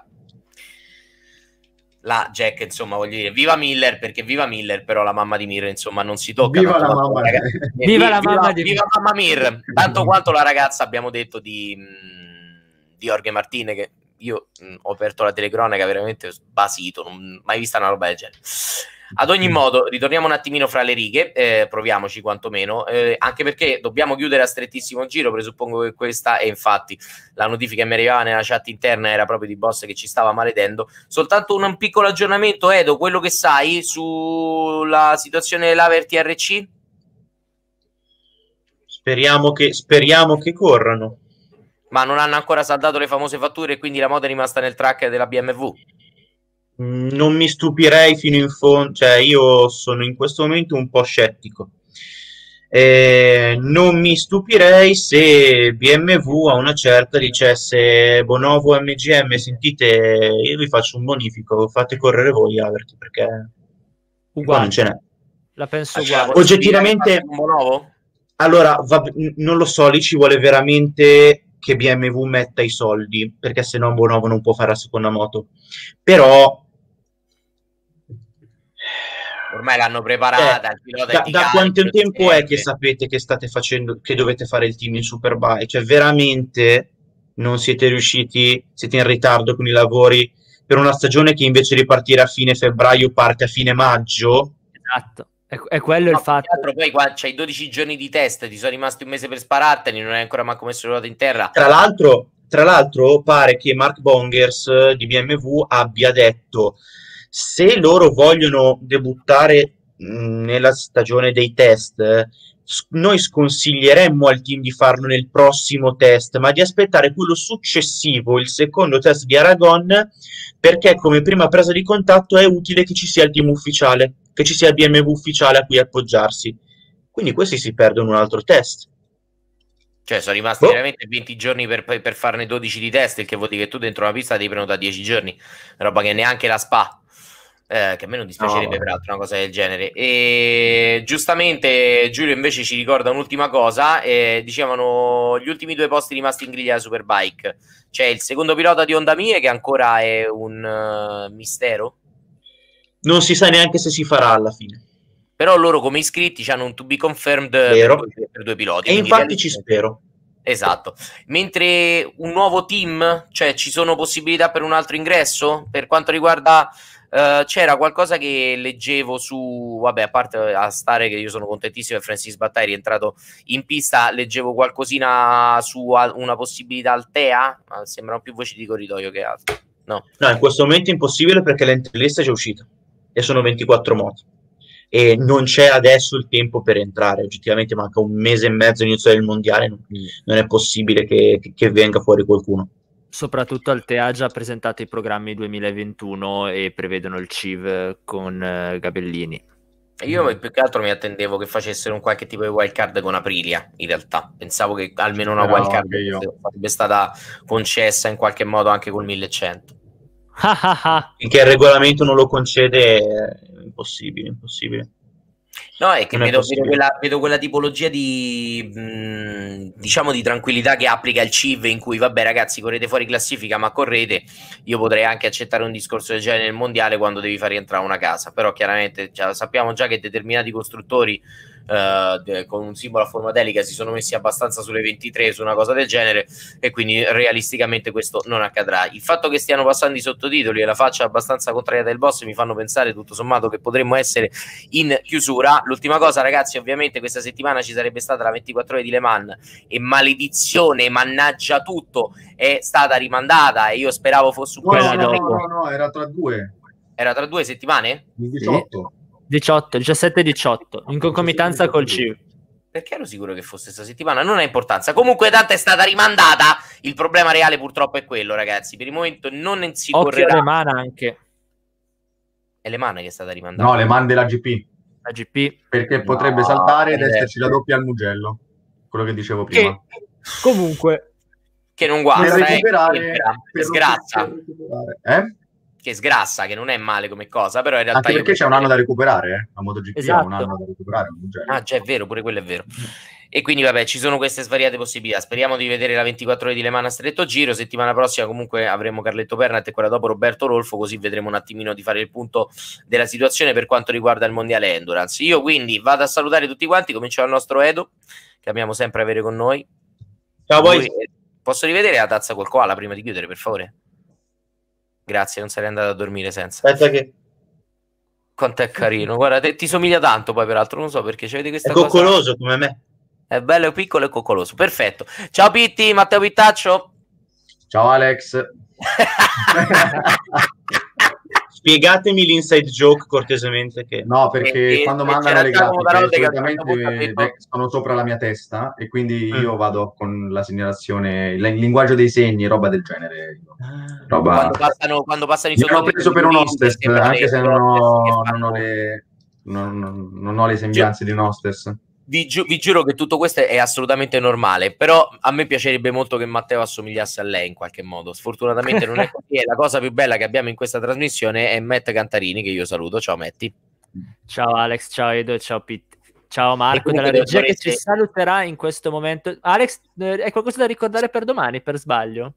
la Jack, insomma, voglio dire, viva Miller, perché viva Miller, però la mamma di Mir, insomma, non si tocca. Viva la tanto mamma, la ragazza, viva, viva la mamma di viva mamma Mir, tanto quanto la ragazza, abbiamo detto, di, di Jorge Martin, che io mh, ho aperto la telecronaca veramente basito, non mai vista una roba del genere. Ad ogni modo, ritorniamo un attimino fra le righe, eh, proviamoci quantomeno, eh, anche perché dobbiamo chiudere a strettissimo giro, presuppongo che questa, e infatti la notifica che mi arrivava nella chat interna era proprio di Boss che ci stava maledendo. Soltanto un piccolo aggiornamento, Edo, quello che sai sulla situazione dell'Aver T R C? Speriamo che, speriamo che corrano. Ma non hanno ancora saldato le famose fatture e quindi la moto è rimasta nel tracker della B M W? Non mi stupirei fino in fondo, cioè io sono in questo momento un po' scettico. Eh, non mi stupirei se B M W a una certa dicesse Bonovo M G M, sentite, io vi faccio un bonifico, fate correre voi Avert, perché qua non ce n'è. La penso Ah, uguale. Oggettivamente, allora va, non lo so, lì ci vuole veramente che B M W metta i soldi, perché se no Bonovo non può fare la seconda moto. Però ormai l'hanno preparata, eh, il pilota da, è da quanto tempo è che sapete che state facendo, che dovete fare il team in Superbike? Cioè veramente non siete riusciti, siete in ritardo con i lavori per una stagione che invece di partire a fine febbraio parte a fine maggio? Esatto, è, è quello no, il fatto. Altro, poi qua c'hai dodici giorni di test, ti sono rimasti un mese per spararteli, non hai ancora manco messo le ruote in terra. Tra l'altro, tra l'altro pare che Mark Bongers di B M W abbia detto: se loro vogliono debuttare mh, nella stagione dei test, s- noi sconsiglieremmo al team di farlo nel prossimo test, ma di aspettare quello successivo, il secondo test di Aragon, perché come prima presa di contatto è utile che ci sia il team ufficiale, che ci sia il B M W ufficiale a cui appoggiarsi. Quindi questi si perdono un altro test. Cioè sono rimasti oh. veramente venti giorni per, per farne dodici di test, il che vuol dire che tu dentro una pista devi prenotare dieci giorni, roba che neanche la Spa, eh, che a me non dispiacerebbe no, peraltro una cosa del genere. E giustamente Giulio invece ci ricorda un'ultima cosa, eh, dicevano gli ultimi due posti rimasti in griglia della Superbike. C'è il secondo pilota di Honda Mie che ancora è un uh, mistero, non si sa neanche se si farà alla fine. Però loro come iscritti hanno un to be confirmed per due, per due piloti. E infatti ci spero. Esatto. Mentre un nuovo team, cioè ci sono possibilità per un altro ingresso? Per quanto riguarda... Uh, c'era qualcosa che leggevo su... Vabbè, a parte a stare che io sono contentissimo che Francis Battai è rientrato in pista, leggevo qualcosina su una possibilità Altea? Sembrano più voci di corridoio che altro. No, no, in questo momento è impossibile perché l'entry list è già uscita e sono ventiquattro moti. E non c'è adesso il tempo per entrare, oggettivamente manca un mese e mezzo all'inizio del mondiale, non, non è possibile che, che venga fuori qualcuno. Soprattutto Altea ha già presentato i programmi duemilaventuno e prevedono il C I V con uh, Gabellini. Io più che altro mi attendevo che facessero un qualche tipo di wildcard con Aprilia, in realtà pensavo che almeno una wildcard sarebbe stata concessa in qualche modo anche col millecento. Finché il regolamento non lo concede è impossibile, impossibile. No, è che vedo, vedo, quella, vedo quella tipologia di mh, diciamo di tranquillità che applica il C I V, in cui vabbè ragazzi correte fuori classifica ma correte, io potrei anche accettare un discorso del genere nel mondiale quando devi far rientrare una casa, però chiaramente già, sappiamo già che determinati costruttori uh, de, con un simbolo a forma d'elica, si sono messi abbastanza sulle ventitré su una cosa del genere, e quindi realisticamente questo non accadrà. Il fatto che stiano passando i sottotitoli e la faccia abbastanza contraria del boss mi fanno pensare tutto sommato che potremmo essere in chiusura. L'ultima cosa, ragazzi, ovviamente questa settimana ci sarebbe stata la ventiquattro ore di Le Mans e maledizione, mannaggia tutto, è stata rimandata e io speravo fosse un No, po' no, no, dopo. no, no, era tra due. Era tra due settimane? Il diciotto. diciotto, diciassette e diciotto, in concomitanza col C I V. Perché ero sicuro che fosse questa settimana? Non ha importanza. Comunque tanto è stata rimandata. Il problema reale purtroppo è quello, ragazzi. Per il momento non si Occhio correrà. Le Mans anche. È Le Mans che è stata rimandata. No, Le Mans della G P. La G P. Perché No, potrebbe saltare ed eh. esserci la doppia al Mugello. Quello che dicevo prima. Che comunque Che non Per guarda, eh, recuperare, che per sgrassa. per recuperare. Eh? Che sgrassa, che non è male come cosa, però in realtà Anche io perché c'è un anno da recuperare, eh? La MotoGP Esatto. ha un anno da recuperare. un Mugello. Ah, già è vero, pure quello è vero. E quindi vabbè, ci sono queste svariate possibilità. Speriamo di vedere la ventiquattro ore di Le Mans a stretto giro. Settimana prossima comunque avremo Carletto Pernat e quella dopo Roberto Rolfo, così vedremo un attimino di fare il punto della situazione per quanto riguarda il mondiale Endurance. Io quindi vado a salutare tutti quanti, comincio dal nostro Edo, che amiamo sempre avere con noi. Ciao Voi- voi. Posso rivedere la tazza col koala prima di chiudere, per favore? Grazie, non sarei andato a dormire senza. Aspetta che Quanto è carino, guarda, te- ti somiglia tanto poi peraltro, non so perché c'avete è questa cosa. coccoloso come me. È bello, è piccolo e coccoloso, perfetto. Ciao Pitti, Matteo Pittaccio. Ciao Alex. Spiegatemi l'inside joke cortesemente che... No, perché E- quando e mandano c'era le Giacomo Carote grafiche che a un certo punto ha solitamente detto- beh, sono sopra la mia testa e quindi Mm. io vado con la segnalazione, il il linguaggio dei segni, roba del genere. Roba... Quando passano, quando passano i Mi hanno sottotitoli preso per un in hostess, sembra anche le- se le non ho, hostess che non fanno- ho le, non, non- non ho le sembianze di un hostess. Vi, giu- vi giuro che tutto questo è assolutamente normale, però a me piacerebbe molto che Matteo assomigliasse a lei in qualche modo. Sfortunatamente non è così, e la cosa più bella che abbiamo in questa trasmissione è Matt Cantarini, che io saluto. Ciao Metti. Ciao Alex, ciao Edo e ciao Pete. Ciao Marco E comunque della regia devo che ci essere- saluterà in questo momento. Alex, eh, hai qualcosa da ricordare per domani, per sbaglio?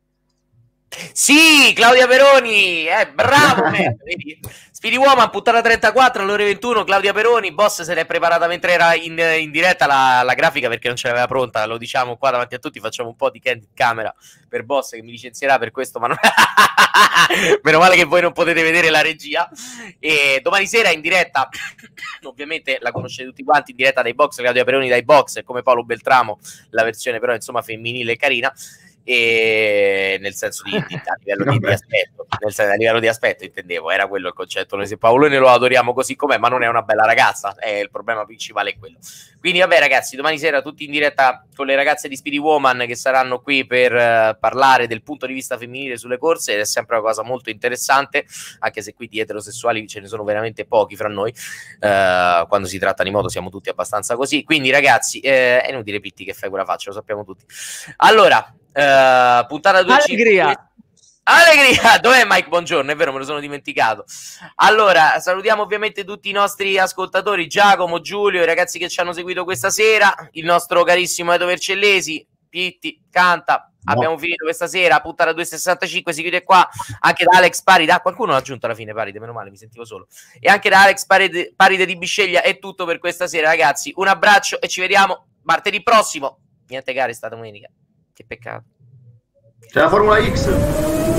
Sì, Claudia Peroni, eh, bravo Matt, vedi? Speedy Woman, puntata trentaquattro, alle ore ventuno, Claudia Peroni, boss se l'è preparata mentre era in, in diretta la, la grafica perché non ce l'aveva pronta, lo diciamo qua davanti a tutti, facciamo un po' di candid camera per boss che mi licenzierà per questo, ma non... meno male che voi non potete vedere la regia. E domani sera in diretta, ovviamente la conoscete tutti quanti, in diretta dai box, Claudia Peroni dai box, e come Paolo Beltramo, la versione però insomma femminile e carina. E nel senso di, di a livello di, di aspetto, nel senso, a livello di aspetto intendevo, era quello il concetto. Noi se Paolo ne lo adoriamo così com'è, ma non è una bella ragazza, è il problema principale è quello. Quindi vabbè ragazzi, domani sera tutti in diretta con le ragazze di Speedy Woman che saranno qui per uh, parlare del punto di vista femminile sulle corse, ed è sempre una cosa molto interessante, anche se qui di eterosessuali ce ne sono veramente pochi fra noi. Uh, quando si tratta di moto siamo tutti abbastanza così, quindi ragazzi eh, è inutile Pitti che fai quella faccia, lo sappiamo tutti. Allora Uh, puntata due Allegria! Allegria! Dov'è Mike? Buongiorno, è vero, me lo sono dimenticato. Allora, salutiamo ovviamente tutti i nostri ascoltatori, Giacomo, Giulio, i ragazzi che ci hanno seguito questa sera, il nostro carissimo Edo Vercellesi, Pitti, canta. No. Abbiamo finito questa sera, puntata duecentosessantacinque, si chiude qua, anche da Alex Paride. Ah, qualcuno l'ha aggiunto alla fine, Paride, meno male, mi sentivo solo. E anche da Alex Paride, Paride di Bisceglia è tutto per questa sera, ragazzi. Un abbraccio e ci vediamo martedì prossimo. Niente gare sta domenica. Che peccato. C'è la Formula X.